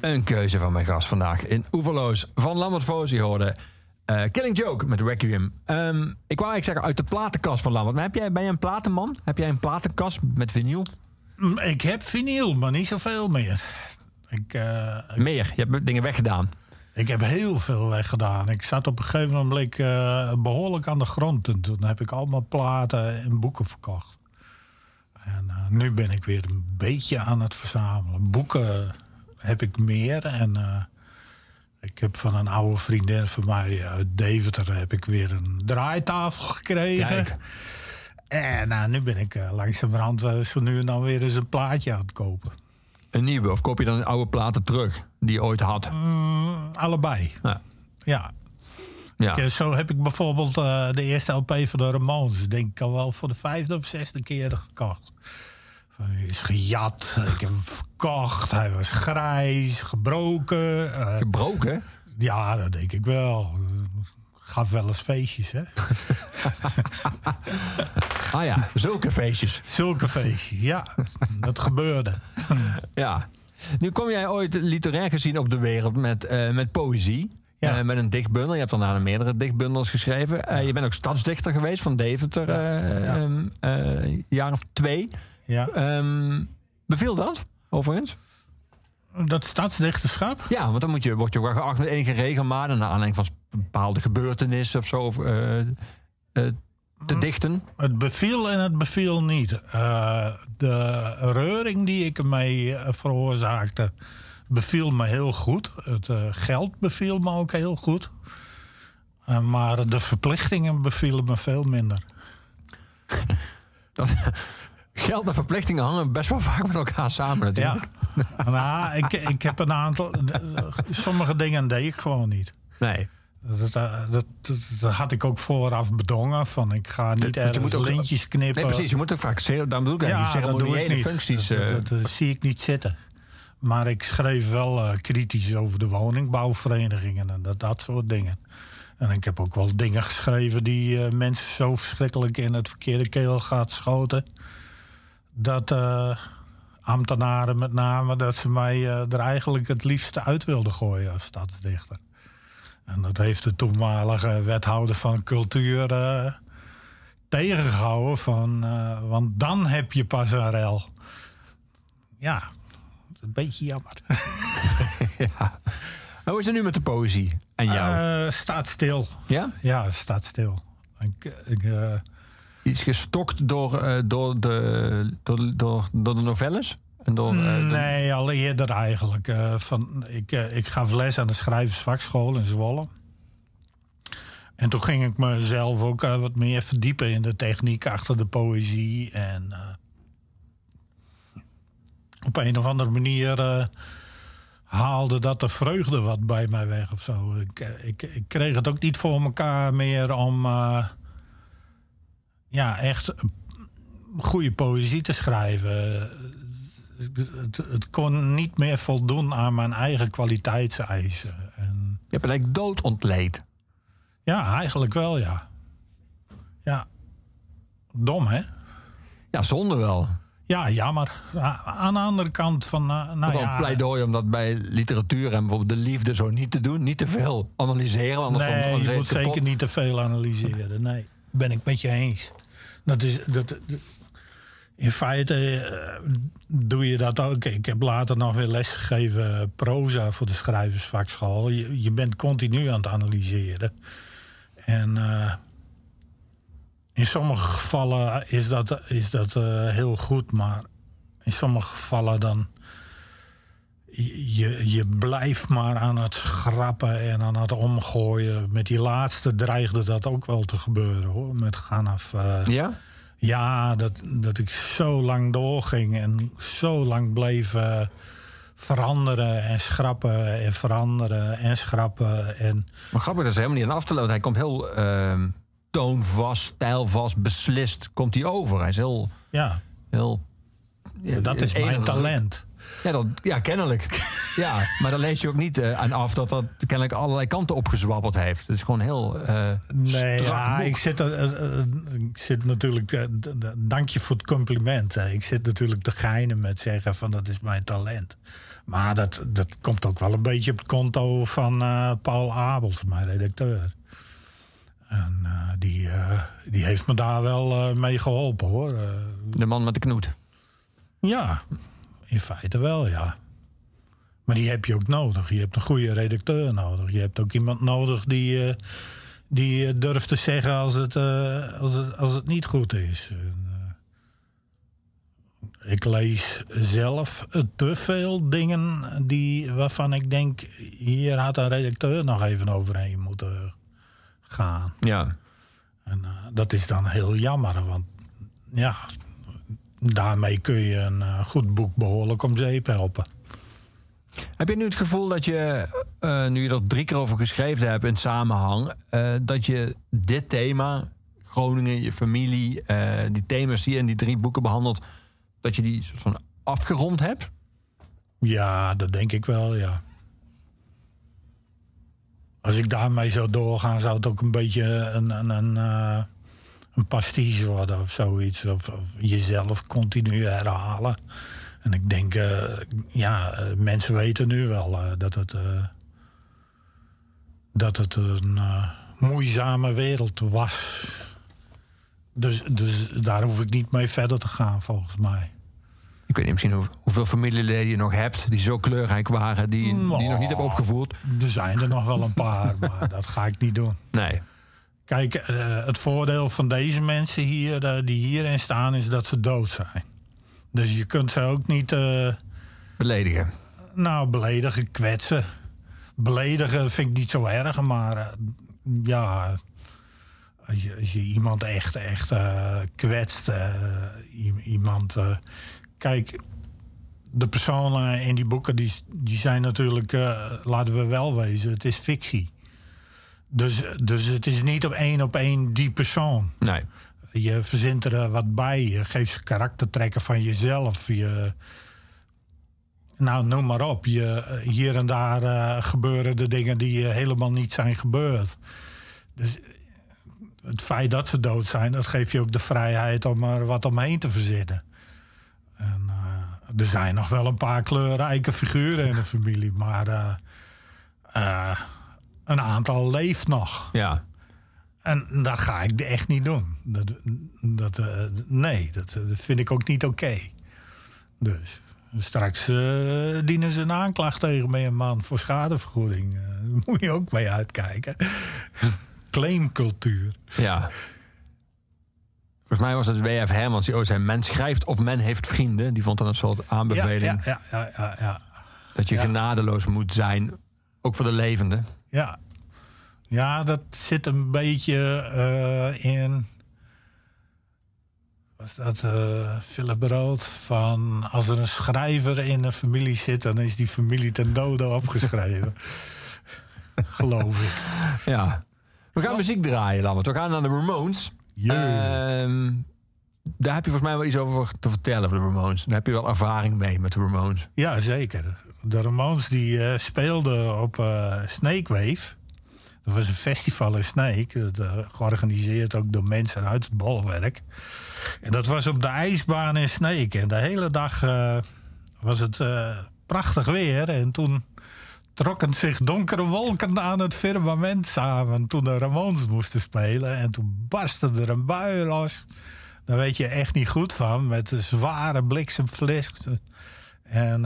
Een keuze van mijn gast vandaag in Oeverloos. Van Lambert Fosi hoorde Killing Joke met Requiem. Ik wou eigenlijk zeggen uit de platenkast van Lambert. Maar ben jij een platenman? Heb jij een platenkast met vinyl? Ik heb vinyl, maar niet zoveel meer. Meer? Je hebt dingen weggedaan? Ik heb heel veel weggedaan. Ik zat op een gegeven moment behoorlijk aan de grond. En toen heb ik allemaal platen en boeken verkocht. En nu ben ik weer een beetje aan het verzamelen. Boeken heb ik meer. En ik heb van een oude vriendin van mij uit Deventer heb ik weer een draaitafel gekregen. Kijk. En nu ben ik langzamerhand zo nu en dan weer eens een plaatje aan het kopen. Een nieuwe? Of koop je dan oude platen terug die je ooit had? Allebei. Ja. Zo heb ik bijvoorbeeld de eerste LP van de Ramones, denk ik al wel voor de 5e of 6e keer gekocht. Hij is gejat, ik heb hem verkocht, hij was grijs, gebroken. Gebroken? Ja, dat denk ik wel. Gaf wel eens feestjes, hè? Ah ja, zulke feestjes. Zulke feestjes, ja. Dat gebeurde. Ja. Nu kom jij ooit literair gezien op de wereld met poëzie. Ja. Met een dichtbundel. Je hebt daarna meerdere dichtbundels geschreven. Je bent ook stadsdichter geweest van Deventer. Een jaar of 2. Ja. Beviel dat, overigens? Dat stadsdichterschap? Ja, want dan word je ook wel geacht met enige regelmaat... naar aanleiding van bepaalde gebeurtenissen of zo... te dichten. Het beviel en het beviel niet. De reuring die ik ermee veroorzaakte... beviel me heel goed. Het geld beviel me ook heel goed. Maar de verplichtingen bevielen me veel minder. Geld en verplichtingen hangen best wel vaak met elkaar samen natuurlijk. Ja. Nou, ik heb een aantal... sommige dingen deed ik gewoon niet. Nee. Dat had ik ook vooraf bedongen. Van ik ga niet ergens lintjes knippen. Nee, precies. Je moet ook vaak... Dan bedoel ik die ceremoniële functies... Dat zie ik niet zitten. Maar ik schreef wel kritisch over de woningbouwverenigingen en dat soort dingen. En ik heb ook wel dingen geschreven die mensen zo verschrikkelijk in het verkeerde keelgat schoten. Dat ambtenaren met name, dat ze mij er eigenlijk het liefste uit wilden gooien als stadsdichter. En dat heeft de toenmalige wethouder van cultuur tegengehouden. Want dan heb je pas een rel. Ja, een beetje jammer. Ja. Hoe is het nu met de poëzie en jou? Staat stil. Ja? Ja, staat stil. Iets gestokt door de novelles? En nee, al eerder eigenlijk. Ik gaf les aan de schrijversvakschool in Zwolle. En toen ging ik mezelf ook wat meer verdiepen in de techniek achter de poëzie. En op een of andere manier haalde dat de vreugde wat bij mij weg of zo. Ik kreeg het ook niet voor elkaar meer om echt goede poëzie te schrijven. Het kon niet meer voldoen aan mijn eigen kwaliteitseisen. En je hebt eigenlijk dood ontleed. Ja, eigenlijk wel, ja. Ja. Dom, hè? Ja, zonde wel. Ja, jammer. Aan de andere kant van... een pleidooi om dat bij literatuur en bijvoorbeeld de liefde zo niet te doen. Niet te veel analyseren. Anders nee, je moet zeker kapot. niet te veel analyseren. Nee, ben ik met je eens. In feite doe je dat ook. Ik heb later nog weer lesgegeven proza voor de schrijversvakschool. Je bent continu aan het analyseren. En in sommige gevallen is dat heel goed. Maar in sommige gevallen dan... Je blijft maar aan het schrappen en aan het omgooien. Met die laatste dreigde dat ook wel te gebeuren, hoor. Met Ganaf. Ja? Ja, dat ik zo lang doorging en zo lang bleef veranderen en schrappen en veranderen en schrappen. Maar grappig, dat is helemaal niet aan af te lopen. Hij komt heel toonvast, stijlvast, beslist komt hij over. Hij is heel... Ja, dat is mijn talent. Ja, kennelijk. Ja, maar dan lees je ook niet aan af dat dat kennelijk allerlei kanten opgezwabbeld heeft. Het is gewoon heel strak boek. Ik zit natuurlijk... dank je voor het compliment. Ik zit natuurlijk te geinen met zeggen van dat is mijn talent. Maar dat komt ook wel een beetje op het konto van Paul Abels, mijn redacteur. En die heeft me daar wel mee geholpen, hoor. De man met de knoet. Ja, in feite wel, ja. Maar die heb je ook nodig. Je hebt een goede redacteur nodig. Je hebt ook iemand nodig die durft te zeggen als het niet goed is. Ik lees zelf te veel dingen waarvan ik denk... hier had een redacteur nog even overheen moeten gaan. Ja. En dat is dan heel jammer, want ja... daarmee kun je een goed boek behoorlijk om zeep helpen. Heb je nu het gevoel dat je, nu je er 3 keer over geschreven hebt in samenhang... dat je dit thema, Groningen, je familie... die thema's die je in die 3 boeken behandelt... dat je die soort van afgerond hebt? Ja, dat denk ik wel, ja. Als ik daarmee zou doorgaan, zou het ook een beetje een pastiche worden of zoiets. Of jezelf continu herhalen. En ik denk, mensen weten nu wel dat het een moeizame wereld was. Dus daar hoef ik niet mee verder te gaan, volgens mij. Ik weet niet misschien hoeveel familieleden je nog hebt... die zo kleurrijk waren, die nog niet hebben opgevoerd. Er zijn er nog wel een paar, maar dat ga ik niet doen. Nee. Kijk, het voordeel van deze mensen hier, die hierin staan... is dat ze dood zijn. Dus je kunt ze ook niet... beledigen. Nou, beledigen, kwetsen. Beledigen vind ik niet zo erg, maar ja... Als je iemand echt kwetst... iemand... kijk, de personen in die boeken... die zijn natuurlijk... laten we wel wezen, het is fictie. Dus het is niet op één die persoon. Nee. Je verzint er wat bij. Je geeft ze karaktertrekken van jezelf. Nou, noem maar op. Hier en daar gebeuren de dingen die helemaal niet zijn gebeurd. Dus het feit dat ze dood zijn... dat geeft je ook de vrijheid om er wat omheen te verzinnen. En er zijn nog wel een paar kleurrijke figuren in de familie. Maar een aantal leeft nog. Ja. En dat ga ik echt niet doen. Dat vind ik ook niet oké. Dus straks dienen ze een aanklacht tegen mij een man voor schadevergoeding. Daar moet je ook mee uitkijken. Claimcultuur. Ja. Volgens mij was het W.F. Hermans die ooit zei... men schrijft of men heeft vrienden. Die vond dan een soort aanbeveling. Ja. Dat je genadeloos moet zijn. Ook voor de levenden. Ja. Ja, dat zit een beetje in... Was dat Philip Roth? Van als er een schrijver in een familie zit... dan is die familie ten dode opgeschreven. Geloof ik. Ja. We gaan muziek draaien, Lambert. We gaan naar de Ramones. Daar heb je volgens mij wel iets over te vertellen voor de Ramones. Daar heb je wel ervaring mee met de Ramones. Ja, zeker. De Ramones die speelden op Snake Wave. Dat was een festival in Snake. Georganiseerd ook door mensen uit het bolwerk. En dat was op de ijsbaan in Snake. En de hele dag was het prachtig weer. En toen trokken zich donkere wolken aan het firmament samen... toen de Ramones moesten spelen. En toen barstte er een bui los. Daar weet je echt niet goed van. Met de zware bliksemflitsen. En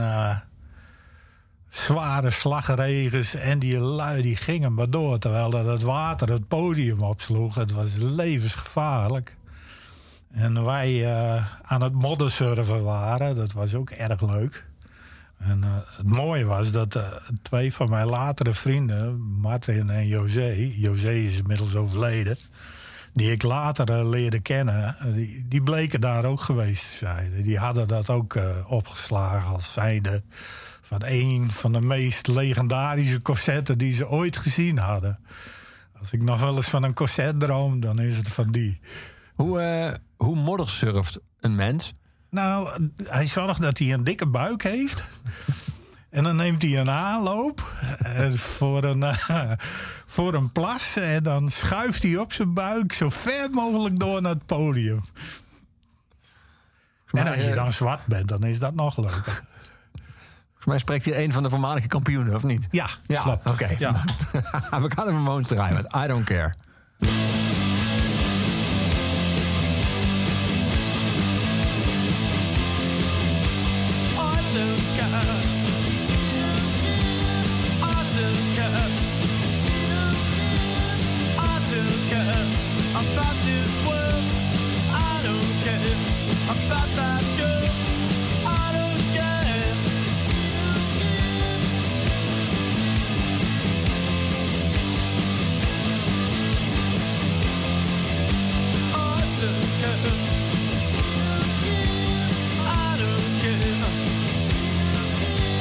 zware slagregens. En die lui die gingen maar door. Terwijl dat het water het podium opsloeg. Het was levensgevaarlijk. En wij aan het moddersurfen waren. Dat was ook erg leuk. En het mooie was dat 2 van mijn latere vrienden... Martin en José... José is inmiddels overleden... die ik later leerde kennen... die bleken daar ook geweest te zijn. Die hadden dat ook opgeslagen als zijnde... van een van de meest legendarische concerten die ze ooit gezien hadden. Als ik nog wel eens van een concert droom, dan is het van die. Hoe moddersurft een mens? Nou, hij zorgt dat hij een dikke buik heeft. En dan neemt hij een aanloop voor een plas. En dan schuift hij op zijn buik zo ver mogelijk door naar het podium. En als je dan zwart bent, dan is dat nog leuker. Volgens mij spreekt hier een van de voormalige kampioenen, of niet? Ja, klopt. Oké. Ja. We gaan even Moons draaien met I Don't Care. About this world, I don't care. About that girl, I don't care. I don't care. I don't care.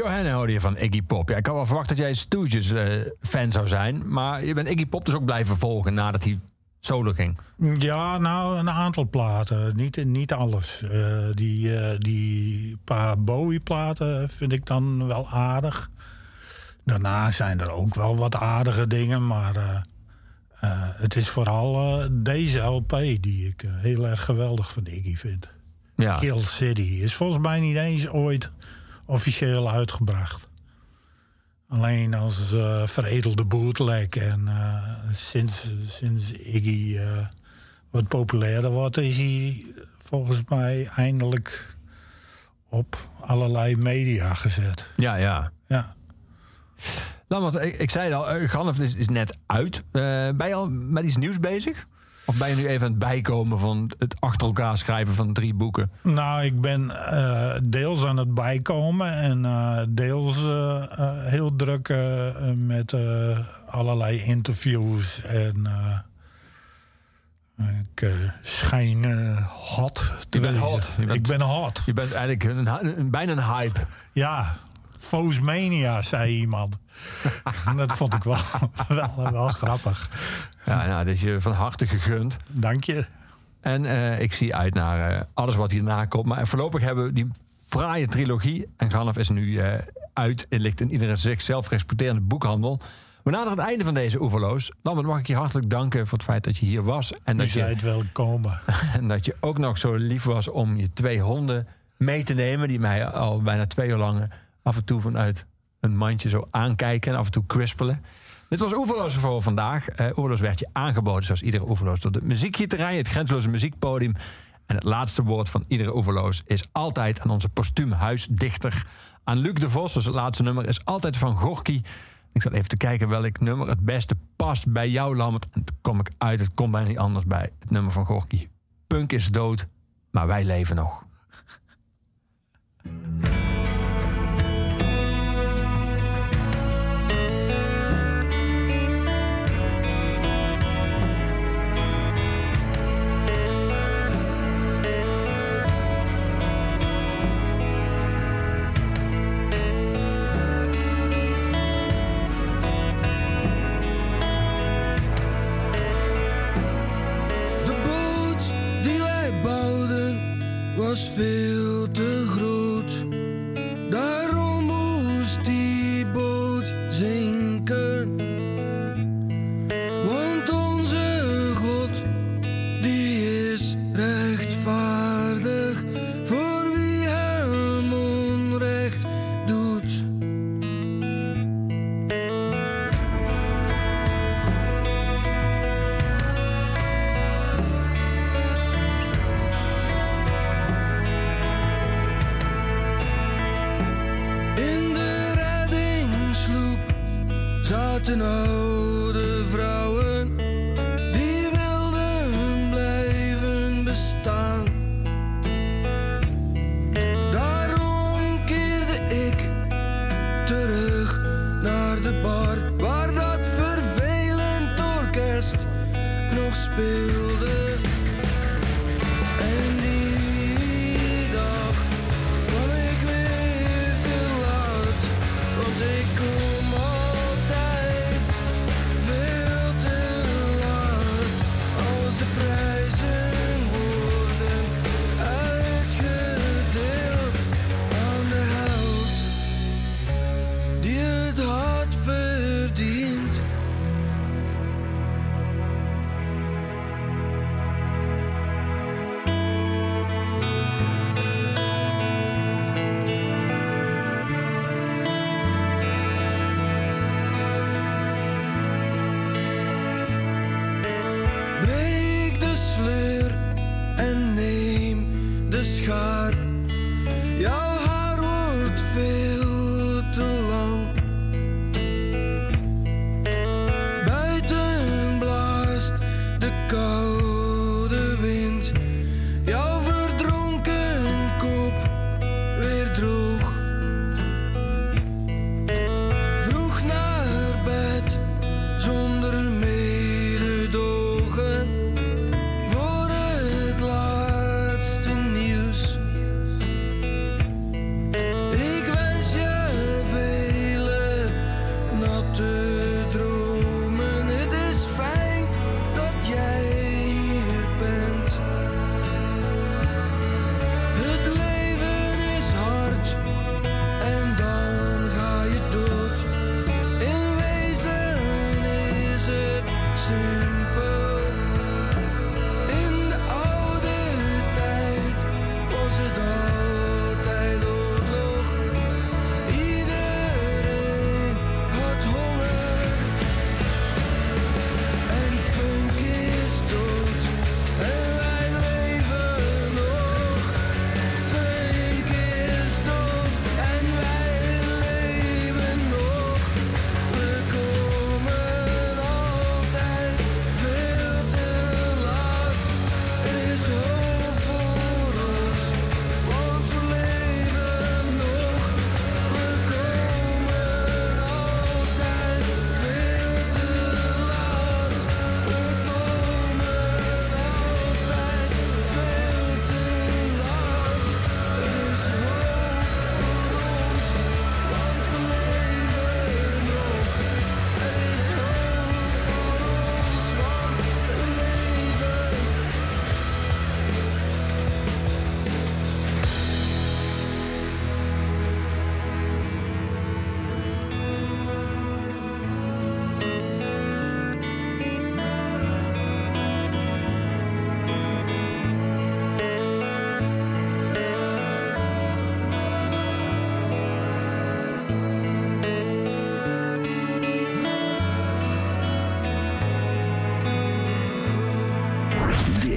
Johanna hoorde je van Iggy Pop. Ja, ik had wel verwacht dat jij Stooges-fan zou zijn. Maar je bent Iggy Pop dus ook blijven volgen nadat hij solo ging. Ja, nou, een aantal platen. Niet alles. Die paar Bowie-platen vind ik dan wel aardig. Daarna zijn er ook wel wat aardige dingen. Maar het is vooral deze LP die ik heel erg geweldig van Iggy vind. Ja. Kill City is volgens mij niet eens ooit officieel uitgebracht. Alleen als veredelde bootleg. En sinds Iggy wat populairder wordt, is hij volgens mij eindelijk op allerlei media gezet. Ja, ja. Ja. Nou, want ik zei het al, Ganef is net uit. Ben je al met iets nieuws bezig? Of ben je nu even aan het bijkomen van het achter elkaar schrijven van 3 boeken? Nou, ik ben deels aan het bijkomen en deels heel druk met allerlei interviews. En ik schijn hot te Je bent wezen. hot. Ik ben hot. Je bent eigenlijk bijna een hype. Ja, Foesmania, zei iemand. Dat vond ik wel grappig. Ja, nou, dat is je van harte gegund. Dank je. En ik zie uit naar alles wat hierna komt. Maar voorlopig hebben we die fraaie trilogie. En Ganef is nu uit. Het ligt in iedere zichzelf respecterende boekhandel. We naderen het einde van deze Oeverloos. Lambert, mag ik je hartelijk danken voor het feit dat je hier was. En dat Je zei het welkom. En dat je ook nog zo lief was om je 2 honden mee te nemen. Die mij al bijna 2 uur lang af en toe vanuit een mandje zo aankijken. En af en toe kwispelen. Dit was Oeverloos voor vandaag. Oeverloos werd je aangeboden, zoals iedere Oeverloos, door de muziekgieterij, het grenzeloze muziekpodium. En het laatste woord van iedere Oeverloos is altijd aan onze postuum huisdichter, aan Luc de Vos. Dus het laatste nummer is altijd van Gorky. Ik zat even te kijken welk nummer het beste past bij jou, Lambert. En toen kom ik uit, het komt bijna niet anders bij het nummer van Gorky. Punk is dood, maar wij leven nog. Was veel te groot, daarom moest die boot zinken. Want onze God, die is rechtvaardig voor wie hem onrecht doet. Zaten oude vrouwen die wilden blijven bestaan. Daarom keerde ik terug naar de bar waar dat vervelend orkest nog speelde. En die dag kwam ik weer te laat, want ik kom altijd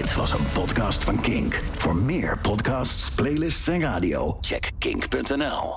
Dit was een podcast van Kink. Voor meer podcasts, playlists en radio, check kink.nl.